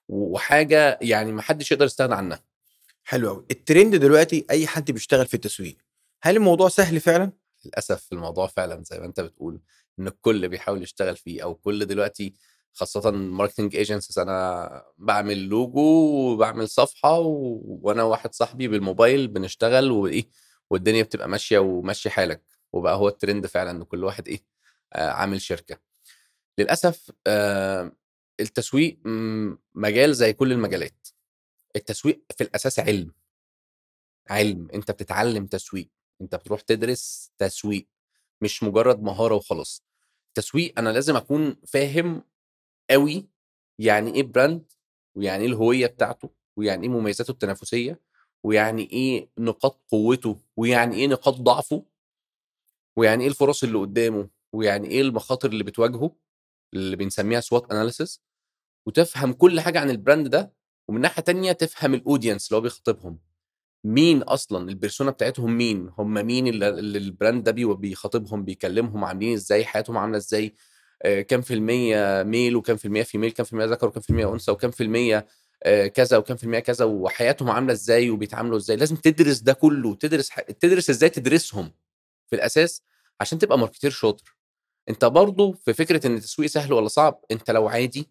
وحاجه يعني ما حدش يقدر يستغنى عنها. حلو قوي. الترند دلوقتي اي حد بيشتغل في التسويق، هل الموضوع سهل فعلا؟ للاسف الموضوع فعلا زي ما انت بتقول، ان الكل بيحاول يشتغل فيه، او كل دلوقتي خاصة ماركتنج ايجنسيز. انا بعمل لوجو وبعمل صفحة و... وانا واحد صاحبي بالموبايل بنشتغل وايه، والدنيا بتبقى ماشية وماشي حالك. وبقى هو الترند فعلا ان كل واحد ايه، آه عامل شركة. للاسف آه التسويق م- مجال زي كل المجالات. التسويق في الاساس علم. علم، انت بتتعلم تسويق، انت بتروح تدرس تسويق، مش مجرد مهارة وخلاص. تسويق انا لازم اكون فاهم قوي يعني ايه براند، ويعني ايه الهوية بتاعته، ويعني ايه مميزاته التنافسية، ويعني ايه نقاط قوته، ويعني ايه نقاط ضعفه، ويعني ايه الفرص اللي قدامه، ويعني ايه المخاطر اللي بتواجهه، اللي بنسميها سوات اناليسيس. وتفهم كل حاجة عن البراند ده. ومن ناحية تانية تفهم الاودينس اللي هو بيخاطبهم، مين اصلا البيرسونا بتاعتهم، مين هم، مين اللي اللي البراند ده بي- بيخاطبهم، بيكلمهم، عاملين ازاي، حياتهم عامله ازاي، آه، كام في المية ميل، وكام في المية فيميل، كام في المية ذكر، وكام في المية انثى، وكام في المية آه، كذا، وكام في المية كذا، وحياتهم عامله ازاي، وبيتعاملوا ازاي. لازم تدرس ده كله، تدرس ح... تدرس ازاي تدرسهم في الاساس عشان تبقى ماركتير شاطر. انت برضو في فكره ان التسويق سهل ولا صعب، انت لو عادي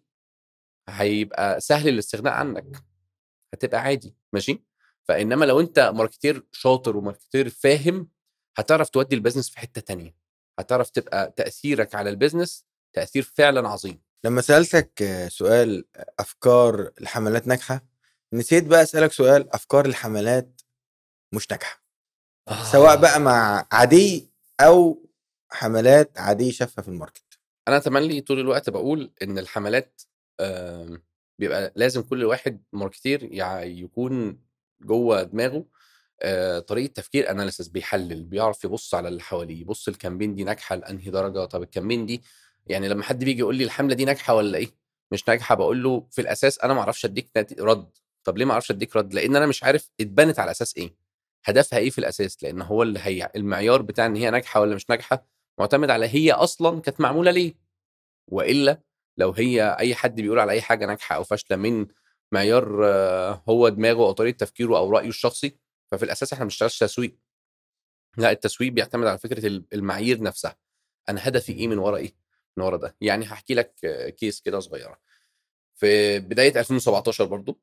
هيبقى سهل الاستغناء عنك، هتبقى عادي ماشي. فانما لو انت ماركتير شاطر وماركتير فاهم، هتعرف تودي البيزنس في حتة تانية، هتعرف تبقى تأثيرك على البيزنس تأثير فعلا عظيم. لما سألتك آه، سؤال آه، افكار الحملات ناجحة، نسيت بقى اسألك سؤال افكار الحملات مش ناجحة، سواء بقى آه. مع عادي او حملات عادية شافها في الماركت. انا تملي طول الوقت بقول ان الحملات آم، بيبقى لازم كل واحد ماركتير يع- يكون جوه دماغه آه، طريقه تفكير اناليسيس، بيحلل، بيعرف يبص على اللي حواليه، يبص الكامبين دي ناجحه لانهي درجه. طب الكامبين دي، يعني لما حد بيجي يقول لي الحمله دي ناجحه ولا ايه مش ناجحه، بقول له في الاساس انا ما اعرفش اديك نت- رد. طب ليه ما اعرفش اديك رد؟ لان انا مش عارف اتبنت على اساس ايه، هدفها ايه في الاساس. لان هو اللي هي المعيار بتاع ان هي ناجحه ولا مش ناجحه معتمد على هي اصلا كانت معموله ليه. والا لو هي اي حد بيقول على اي حاجه ناجحه او فاشله من معيار آه، هو دماغه او طريقه تفكيره او رايه الشخصي، ففي الاساس احنا ما بنشتغلش تسويق. لا، التسويق بيعتمد على فكره ال- المعايير نفسها. انا هدفي ايه من ورا ايه، من ورا ده. يعني هحكي لك آه، كيس كده صغيره. في بدايه ألفين وسبعتاشر برضو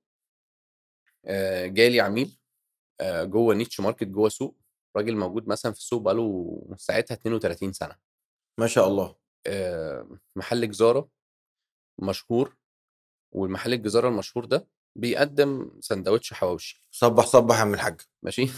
آه، جالي عميل آه، جوه نيتش ماركت، جوه سوق، راجل موجود مثلا في السوق بقاله ساعتها اتنين وتلاتين سنه. ما شاء الله. آه، محل جزاره مشهور، والمحل الجزارة المشهور ده بيقدم سندوتش حواوشي صبح صبح يا عم الحاج. ماشي.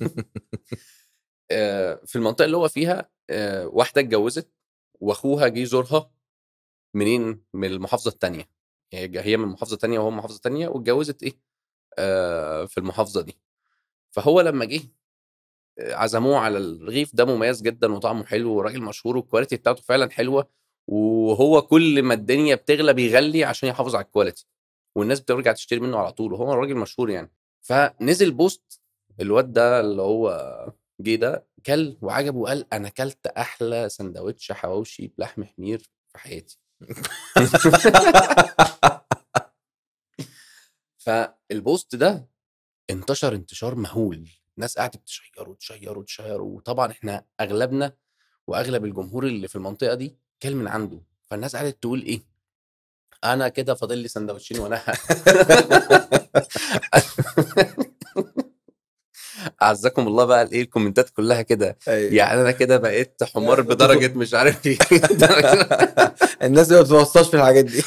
آه، في المنطقة اللي هو فيها آه، واحدة اتجوزت، واخوها جه يزورها منين، من المحافظة التانية. يعني هي من محافظة تانية وهو من محافظة تانية، واتجوزت ايه آه، في المحافظة دي. فهو لما جه آه، عزموه على الرغيف ده مميز جدا وطعمه حلو، وراجل مشهور والكواليتي بتاعته فعلا حلوة. وهو كل ما الدنيا بتغلى بيغلي عشان يحافظ على الكواليتي، والناس بترجع تشتري منه على طول، وهو راجل مشهور يعني. فنزل بوست، الواد ده اللي هو جه ده كل وعجبه، وقال انا كلت احلى سندوتش حواوشي بلحم حمير في حياتي. فالبوست ده انتشر انتشار مهول، الناس قعدت تشيره وتشيره وتشيره، وطبعا احنا اغلبنا واغلب الجمهور اللي في المنطقه دي كل من عنده. فالناس قعدت تقول ايه، انا كده فاضل لي سندوتشين وانا اعزكم الله بقى الايه الكومنتات كلها كده، ايوه. يعني انا كده بقيت حمار ما تف- بدرجه مش عارف ايه. الناس اللي ما بتوصلش في الحاجات دي.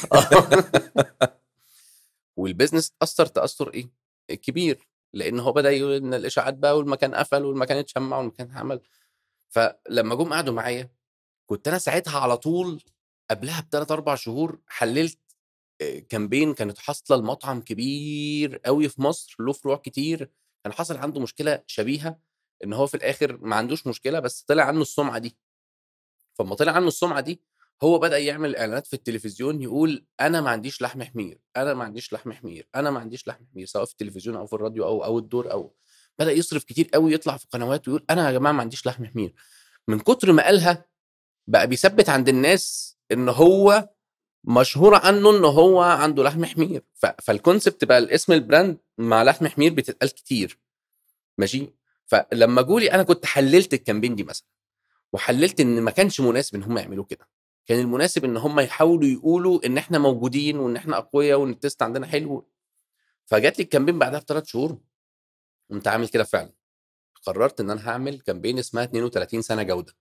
والبيزنس اثر تاثر ايه كبير، لان هو بدا يقول ان الاشاعات بقى، والمكان قفل، والمكان اتشمع، والمكان عمل. فلما جم قعدوا معايا، كنت انا ساعتها على طول قبلها بثلاث اربع شهور حللت آه، كامبين كانت حاصله لمطعم كبير قوي في مصر له فروع كتير، كان حصل عنده مشكله شبيهه، ان هو في الاخر ما عندوش مشكله بس طلع عنه السمعه دي. فلما طلع عنه السمعه دي، هو بدا يعمل اعلانات في التلفزيون يقول انا ما عنديش لحم حمير، انا ما عنديش لحم حمير، انا ما عنديش لحم حمير، سواء في التلفزيون او في الراديو او او الدور، او بدا يصرف كتير قوي، يطلع في قنوات ويقول انا يا جماعه ما عنديش لحم حمير. من كتر ما قالها بقى بيثبت عند الناس ان هو مشهور عنه ان هو عنده لحم حمير، ف... فالكونسبت بقى الاسم البراند مع لحم حمير بتتقال كتير. ماشي. فلما جولي انا كنت حللت الكامبين دي مثلا، وحللت ان ما كانش مناسب ان هم يعملوا كده. كان المناسب ان هم يحاولوا يقولوا ان احنا موجودين وان احنا اقوياء وان التست عندنا حلو. فجات لي الكامبين بعدها بثلاث شهور قمت عامل كده فعلا. قررت ان انا هعمل كامبين اسمها اتنين وتلاتين سنه جوده.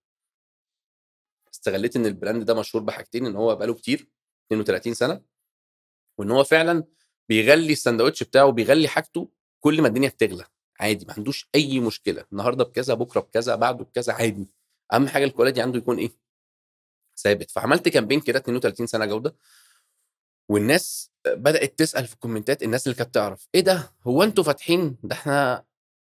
استغليت ان البراند ده مشهور بحاجتين، ان هو بقاله كتير اتنين وتلاتين سنه، وان هو فعلا بيغلي الساندوتش بتاعه، بيغلي حاجته كل ما الدنيا بتغلى عادي، ما عندوش اي مشكله، النهارده بكذا بكره بكذا بعده بكذا عادي. اهم حاجه الكواليتي عنده يكون ايه، ثابت. فعملت كامبين كده اتنين وتلاتين سنه جوده، والناس بدات تسال في الكومنتات، الناس اللي كانت تعرف ايه ده، هو انتوا فاتحين ده، احنا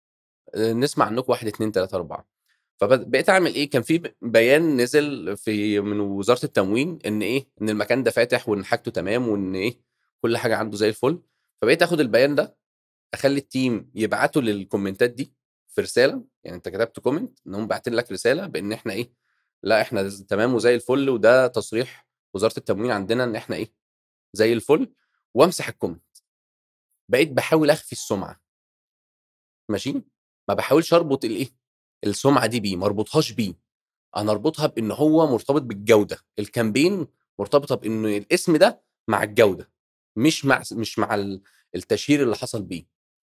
نسمع عنكم واحد اتنين تلاته اربعه. فبقيت اعمل ايه، كان في بيان نزل في من وزاره التموين ان ايه، ان المكان ده فاتح وان حاجته تمام وان ايه كل حاجه عنده زي الفل. فبقيت اخد البيان ده اخلي التيم يبعتوا للكومنتات دي في رساله، يعني انت كتبت كومنت انهم باعتين لك رساله بان احنا ايه، لا احنا تمام وزي الفل، وده تصريح وزاره التموين عندنا ان احنا ايه زي الفل، وامسح الكومنت. بقيت بحاول اخفي السمعه. ماشي. ما بحاولش اربط الايه السمعه دي بيه، ما اربطهاش بيه، انا اربطها بان هو مرتبط بالجوده. الكامبين مرتبطه بان الاسم ده مع الجوده، مش مع مش مع ال- التشهير اللي حصل بيه.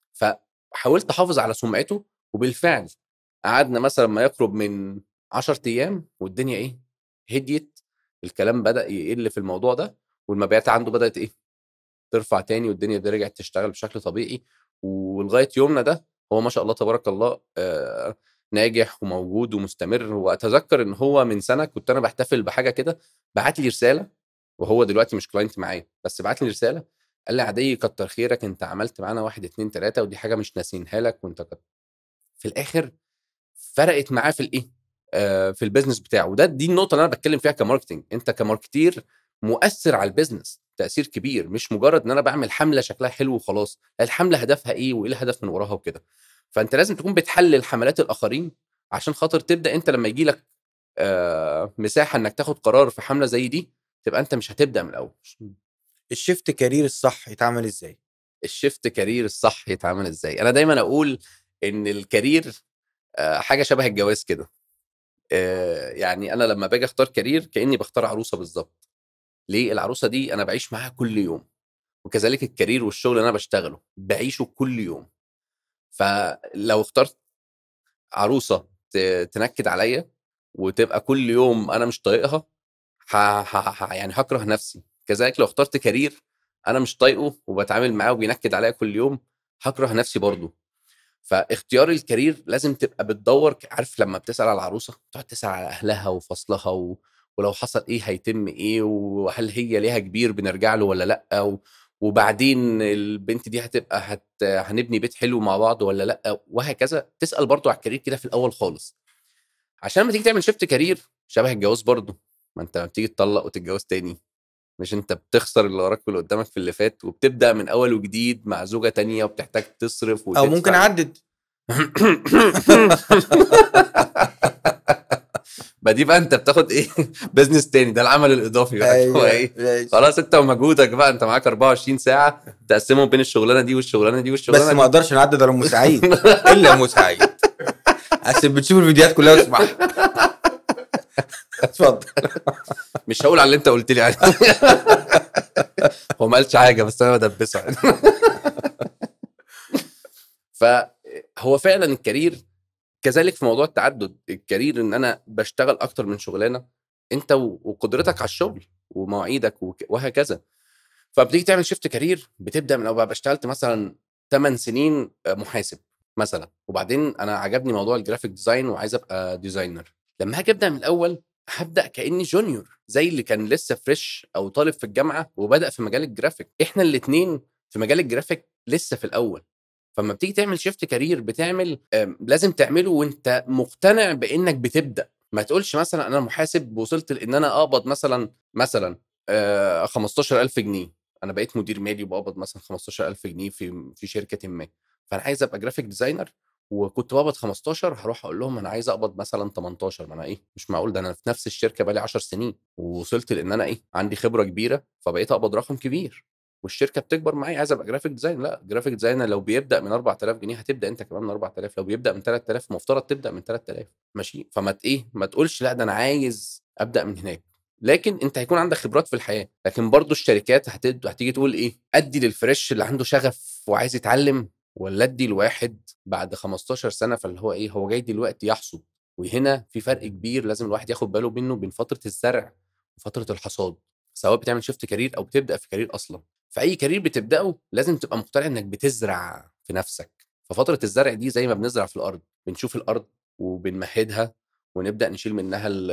فحاولت احافظ على سمعته، وبالفعل قعدنا مثلا ما يقرب من عشرة ايام والدنيا ايه هديت، الكلام بدأ يقل في الموضوع ده، والمبيعات عنده بدأت ايه ترفع تاني، والدنيا دي رجعت تشتغل بشكل طبيعي. ولغايه يومنا ده هو ما شاء الله تبارك الله آه ناجح وموجود ومستمر. واتذكر ان هو من سنه كنت انا بحتفل بحاجه كده، بعت لي رساله، وهو دلوقتي مش كلاينت معايا بس بعت لي رساله، قال لي عادي كتر خيرك، انت عملت معانا واحد اتنين تلاته ودي حاجه مش ناسينها لك، وانت كت... في الاخر فرقت معاه في الايه آه في البيزنس بتاعه. وده دي النقطه اللي انا بتكلم فيها كماركتنج. انت كماركتير مؤثر على البيزنس تاثير كبير، مش مجرد ان انا بعمل حمله شكلها حلو وخلاص، لا، الحمله هدفها ايه وايه الهدف من وراها وكده. فانت لازم تكون بتحلل حملات الاخرين عشان خاطر تبدا انت لما يجي لك آه مساحه انك تاخد قرار في حمله زي دي، تبقى انت مش هتبدا من الاول. الشيفت كارير الصح يتعمل ازاي؟ الشيفت كارير الصح يتعامل ازاي؟ انا دايما اقول ان الكارير آه حاجه شبه الجواز كده. آه، يعني انا لما باجي اختار كارير كاني بختار عروسه بالظبط. ليه؟ العروسه دي انا بعيش معاها كل يوم، وكذلك الكارير والشغل اللي انا بشتغله بعيشه كل يوم. فلو اخترت عروسه ت- تنكد عليا وتبقى كل يوم انا مش طايقها، ه... ه... ه... يعني هكره نفسي. كذلك لو اخترت كارير انا مش طايقه وبتعامل معاه وبينكد عليا كل يوم، هكره نفسي برضه. فاختيار الكارير لازم تبقى بتدور ك- عارف لما بتسأل على العروسة تقعد تسأل على أهلها وفصلها و... ولو حصل إيه هيتم إيه، وهل هي ليها كبير بنرجع له ولا لأ، و... وبعدين البنت دي هتبقى هت... هنبني بيت حلو مع بعض ولا لأ، وهكذا. تسأل برضو على الكارير كده في الأول خالص، عشان لما تيجي تعمل شيفت كارير شبه الجواز برضو. ما انت لما بتيجي تطلق وتتجوز تاني، مش انت بتخسر اللي وراك واللي قدامك في اللي فات، وبتبدأ من أول وجديد مع زوجة تانية وبتحتاج تصرف او ممكن وتدفع. اعدد. ما دي بقى انت بتاخد ايه بزنس تاني، ده العمل الاضافي بقى اللي هو ايوه ايه، ماشي. خلاص انت ومجهودك بقى، انت معاك اربعة وعشرين ساعه تقسمهم بين الشغلانه دي والشغلانه دي بس والشغلانه ما دي. اقدرش نعدد على ام سعيد الا ام سعيد عشان بتشوف الفيديوهات كلها وتسمعها. اتفضل. مش هقول على اللي انت قلت لي عليه. هو ما قالش حاجه بس انا بدبسه يعني. فهو فعلا الكارير كذلك في موضوع التعدد الكارير، ان انا بشتغل اكتر من شغلانه، انت و- وقدرتك على الشغل ومواعيدك وك- وهكذا. فبتيجي تعمل شيفت كارير بتبدا من اول. اشتغلت مثلا ثماني سنين محاسب مثلا، وبعدين انا عجبني موضوع الجرافيك ديزاين وعايز ابقى ديزاينر. لما هاجي ابدا من الاول هبدا كاني جونيور زي اللي كان لسه فريش او طالب في الجامعه وبدا في مجال الجرافيك. احنا الاثنين في مجال الجرافيك لسه في الاول. فلما بتيجي تعمل شيفت كارير بتعمل آم، لازم تعمله وانت مقتنع بانك بتبدا. ما تقولش مثلا انا محاسب وصلت لان انا اقبض مثلا مثلا آه، خمستاشر الف جنيه، انا بقيت مدير مالي وبقبض مثلا خمستاشر الف جنيه في في شركه ما، فانا عايز ابقى جرافيك ديزاينر وكنت باقبض خمستاشر هاروح أقول لهم أنا عايز أقبض مثلًا تمنتاشر، ما أنا إيه مش معقول، ده أنا في نفس الشركة بقى لي عشر سنين، ووصلت لإن أنا إيه عندي خبرة كبيرة، فبقيت أقبض رقم كبير، والشركة بتكبر معايا، عايز أبقى graphic designer، لأ graphic designer لو بيبدأ من أربعة آلاف جنيه هتبدأ أنت كمان من أربعة آلاف، لو بيبدأ من تلات آلاف مفترض تبدأ من تلات آلاف ماشي، فما ت إيه ما تقولش لأ ده أنا عايز أبدأ من هناك، لكن أنت هيكون عندك خبرات في الحياة، لكن برضه الشركات هتد هتيجي تقول إيه أدّي للfresh اللي عنده شغف وعايز يتعلم، والّا أدّي لواحد بعد خمستاشر سنة، فاللي هو إيه هو جاي دلوقتي يحصد، وهنا في فرق كبير لازم الواحد ياخد باله منه بين فترة الزرع وفترة الحصاد، سواء بتعمل shift career أو بتبدأ في career أصلًا، فأي career بتبدأه لازم تبقى مقتنع إنك بتزرع في نفسك، ففترة الزرع دي زي ما بنزرع في الأرض، بنشوف الأرض وبنمهدها ونبدأ نشيل منها ال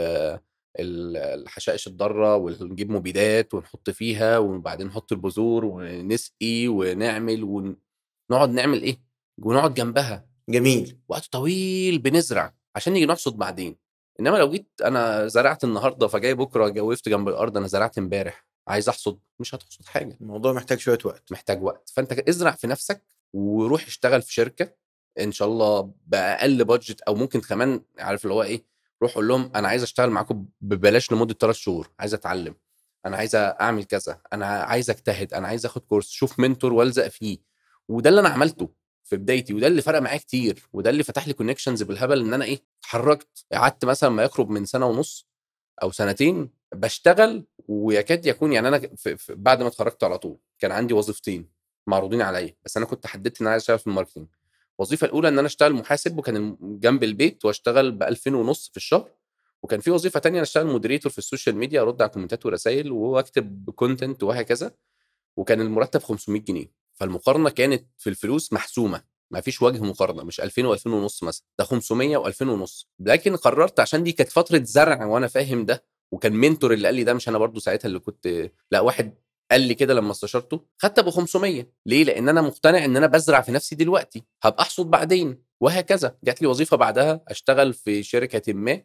ال الحشائش الضارة ونجيب مبيدات ونحط فيها، وبعدين نحط البذور ونسقي ونعمل ون نقعد نعمل إيه ونقعد جنبها جميل. وقت طويل بنزرع عشان نيجي نحصد بعدين، إنما لو جيت أنا زرعت النهارده فجاي بكرة جا وقفت جنب الأرض أنا زرعت امبارح عايز أحصد، مش هتحصد حاجة. الموضوع محتاج شوية وقت. محتاج وقت، فأنت ك ازرع في نفسك وروح اشتغل في شركة إن شاء الله بأقل budget أو ممكن كمان عارف اللي هو إيه، روح قُل لهم أنا عايز أشتغل معاكم ببلاش لمدة تلات شهور، عايز أتعلم، أنا عايز أعمل كذا، أنا عايز أجتهد، أنا عايز آخد كورس، شوف mentor والزق فيه، وده اللي أنا عملته في بدايتي، وده اللي فرق معايا كتير، وده اللي فتح لي connections بالهبل إن أنا إيه، اتحركت، قعدت مثلًا ما يقرب من سنة ونُص أو سنتين باشتغل ويكاد يكون يعني أنا ك ف ف بعد ما اتخرجت على طول، كان عندي وظيفتين معروضين عليّا، بس أنا كنت حددت إن أنا عايز أشتغل في الmarketing. الوظيفة الأولى إن أنا أشتغل محاسب وكان الم جنب البيت وأشتغل بألفين ونص في الشهر، وكان في وظيفة تانية أنا أشتغل moderator في السوشيال ميديا أرُد على كومنتات ورسايل وأكتب content وهكذا، وكان المرتب خمسمية جنيه، فالمقارنة كانت في الفلوس محسومة، ما فيش وجه مقارنة، مش ألفين وألفين ونص مثلًا، ده خمسمية وألفين ونص، لكن قررت عشان دي كانت فترة زرع وأنا فاهم ده، وكان mentor اللي قال لي ده مش أنا برضه ساعتها اللي كنت لأ واحد قال لي كده لمّا استشرته، خدت أبو خمسمية ليه؟ لإن أنا مقتنع إن أنا بازرع في نفسي دلوقتي، هابقى أحصد بعدين، وهكذا. جات لي وظيفة بعدها أشتغل في شركةٍ ما،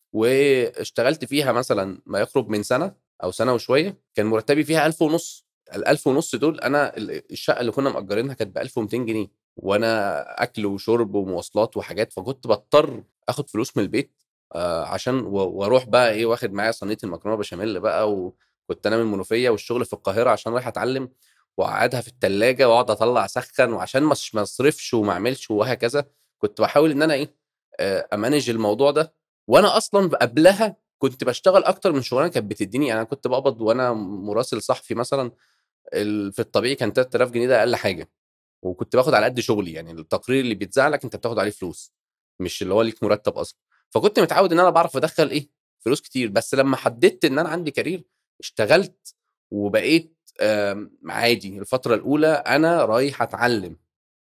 واشتغلت فيها مثلًا ما يقرب من سنة أو سنة وشوية، كان مرتبي فيها ألف ونص. الألف ونص دول أنا ال الشقة اللي كنا مأجرينها كانت بألف ومتين جنيه، وأنا أكل وشرب ومواصلات وحاجات، فكنت باضطر آخد فلوس من البيت آآ عشان و وأروح بقى إيه واخد معايا صينية المكرونة بشاميل بقى، وكنت أنا من المنوفية والشغل في القاهرة عشان رايح أتعلم، وأقعّدها في التلاجة وأقعد أطلّع أسخّن، وعشان مش ما أصرفش وما أعملش وهكذا، كنت باحاول إن أنا إيه آآ أmanage الموضوع ده، وأنا أصلًا ب قبلها كنت باشتغل أكتر من شغلانة كانت بتدّيني يعني أنا كنت باقبض وأنا مراسل صحفي مثلًا ال في الطبيعي كان تلات آلاف جنيه ده أقل حاجة، وكنت باخد على قد شغلي، يعني التقرير اللي بيتذاع لك أنت بتاخد عليه فلوس، مش اللي هو ليك مرتب أصلًا، فكنت متعود إن أنا باعرف أدخّل إيه، فلوس كتير، بس لمّا حددت إن أنا عندي career اشتغلت وبقيت آمم، عادي الفترة الأولى أنا رايح أتعلم،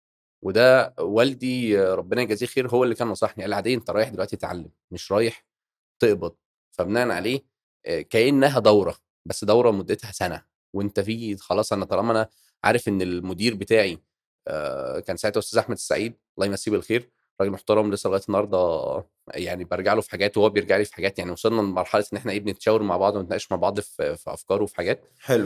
وده والدي ربنا يجازيه خير هو اللي كان نصحني، قال لي: "عادية أنت رايح دلوقتي تتعلم، مش رايح تقبض." فبناءً عليه آآ كإنها دورة، بس دورة مدتها سنة، وأنت في خلاص أنا طالما أنا عارف إن المدير بتاعي آآ كان ساعتها أستاذ أحمد السعيد، الله يمسيه بالخير، راجل محترم لسه لغاية النهارده يعني بارجع له في حاجات وهو بيرجع لي في حاجات، يعني وصلنا لمرحلة إن إحنا إيه بنتشاور مع بعض ونتناقش مع بعض في في أفكار وفي حاجات. حلو.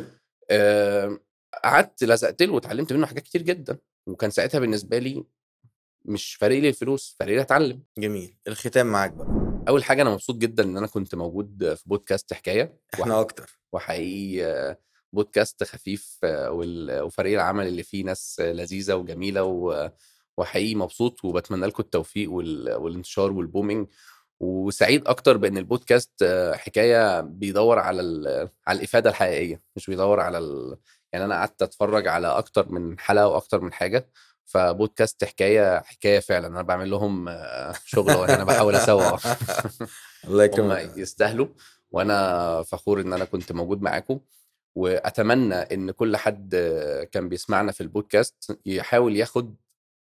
آآ قعدت لزقت له واتعلمت منه حاجات كتير جدًا، وكان ساعتها بالنسبة لي مش فارق لي الفلوس، فارق لي أتعلم. جميل. الختام معاك بقى. أول حاجة أنا مبسوط جدًا إن أنا كنت موجود في بودكاست حكاية، وح إحنا أكتر. وحقيقي بودكاست خفيف وال وفريق العمل اللي فيه ناس لذيذة وجميلة و وحقيقي مبسوط وباتمنى لكم التوفيق وال والانتشار والbooming وسعيد أكتر بإن البودكاست حكاية بيدوّر على ال على الإفادة الحقيقية، مش بيدوّر على ال يعني أنا قعدت أتفرّج على أكتر من حلقة وأكتر من حاجة، فبودكاست حكاية، حكاية فعلًا، أنا باعمل لهم شغل أهو، أنا باحاول أسوّق الله هم يكرمك. يستاهلوا، وأنا فخور إن أنا كنت موجود معاكم، وأتمنى إن كل حد كان بيسمعنا في البودكاست يحاول ياخد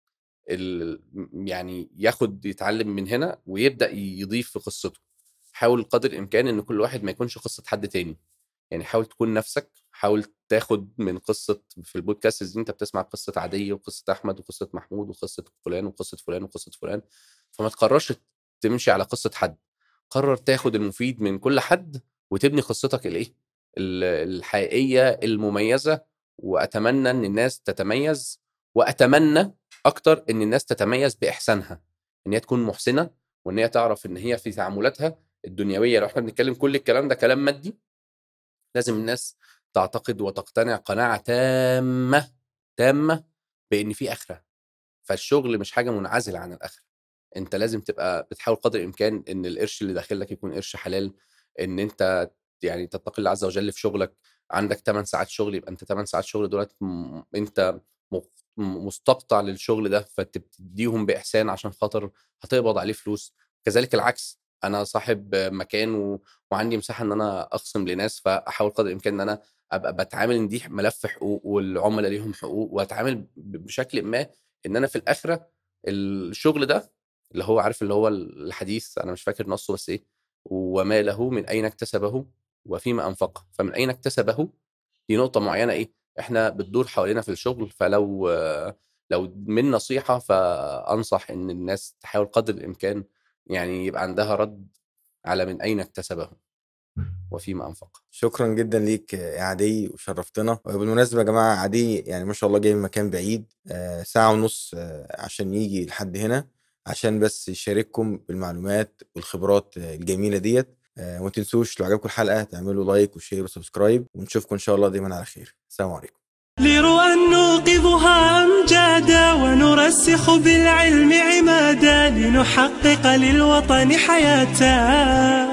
ال م يعني ياخد يتعلم من هنا ويبدأ يضيف في قصته، حاول قدر الإمكان إن كل واحد ما يكونش قصة حد تاني، يعني حاول تكون نَفْسك، حاول تاخد من قصة في البودكاست دي أنت بتسمع قصة عدي وقصة أحمد وقصة محمود وقصة فلان وقصة فلان وقصة فلان، فما تقررش تمشي على قصة حد، قرر تاخد المفيد من كل حد وتبني قصتك الإيه، ال الحقيقية المميزة، وأتمنى إن الناس تتميز، وأتمنى اكتر ان الناس تتميز باحسانها، ان هي تكون محسنه، وان هي تعرف ان هي في تعاملاتها الدنيويه، لو احنا بنتكلم كل الكلام ده كلام مادي، لازم الناس تعتقد وتقتنع قناعه تامه تامه بان في اخره. فالشغل مش حاجه منعزله عن الاخره، انت لازم تبقى بتحاول قدر الامكان ان القرش اللي داخل لك يكون قرش حلال، ان انت يعني تتقي الله عز وجل في شغلك. عندك ثمان ساعات شغل، يبقى انت ثمان ساعات شغل دولت م- انت م- م- مستقطع للشغل ده، فتديهم باحسان عشان خاطر هتقبض عليه فلوس. كذلك العكس، انا صاحب مكان و... وعندي مساحه ان انا اخصم لناس، فاحاول قدر الامكان ان انا ابقى بتعامل ان دي ملف حقوق والعملاء ليهم حقوق، واتعامل ب- بشكل ما ان انا في الاخره الشغل ده اللي هو عارف اللي هو الحديث، انا مش فاكر نصه بس ايه، وما له من اين اكتسبه وفيما انفقه. فمن اين اكتسبه دي نقطه معينه ايه احنا بتدور حوالينا في الشغل. فلو لو من نصيحه فانصح ان الناس تحاول قدر الامكان يعني يبقى عندها رد على من اين اكتسبه وفيما انفقه. شكرا جدا ليك يا عدي وشرفتنا. وبالمناسبة يا جماعة، عدي يعني ما شاء الله جاي من مكان بعيد، آه، ساعة ونص آه، عشان يجي لحد هنا، عشان بس يشارككم بالمعلومات والخبرات آه، الجميلة ديت. آه، وما تنسوش لو عجبكم الحلقة تعملوا لايك وشير وسبسكرايب، ونشوفكم إن شاء الله دايما على خير. السلام عليكم. لرؤى نوقظها أمجادا ونرسخ بالعلم عمادا لنحقق للوطن حياة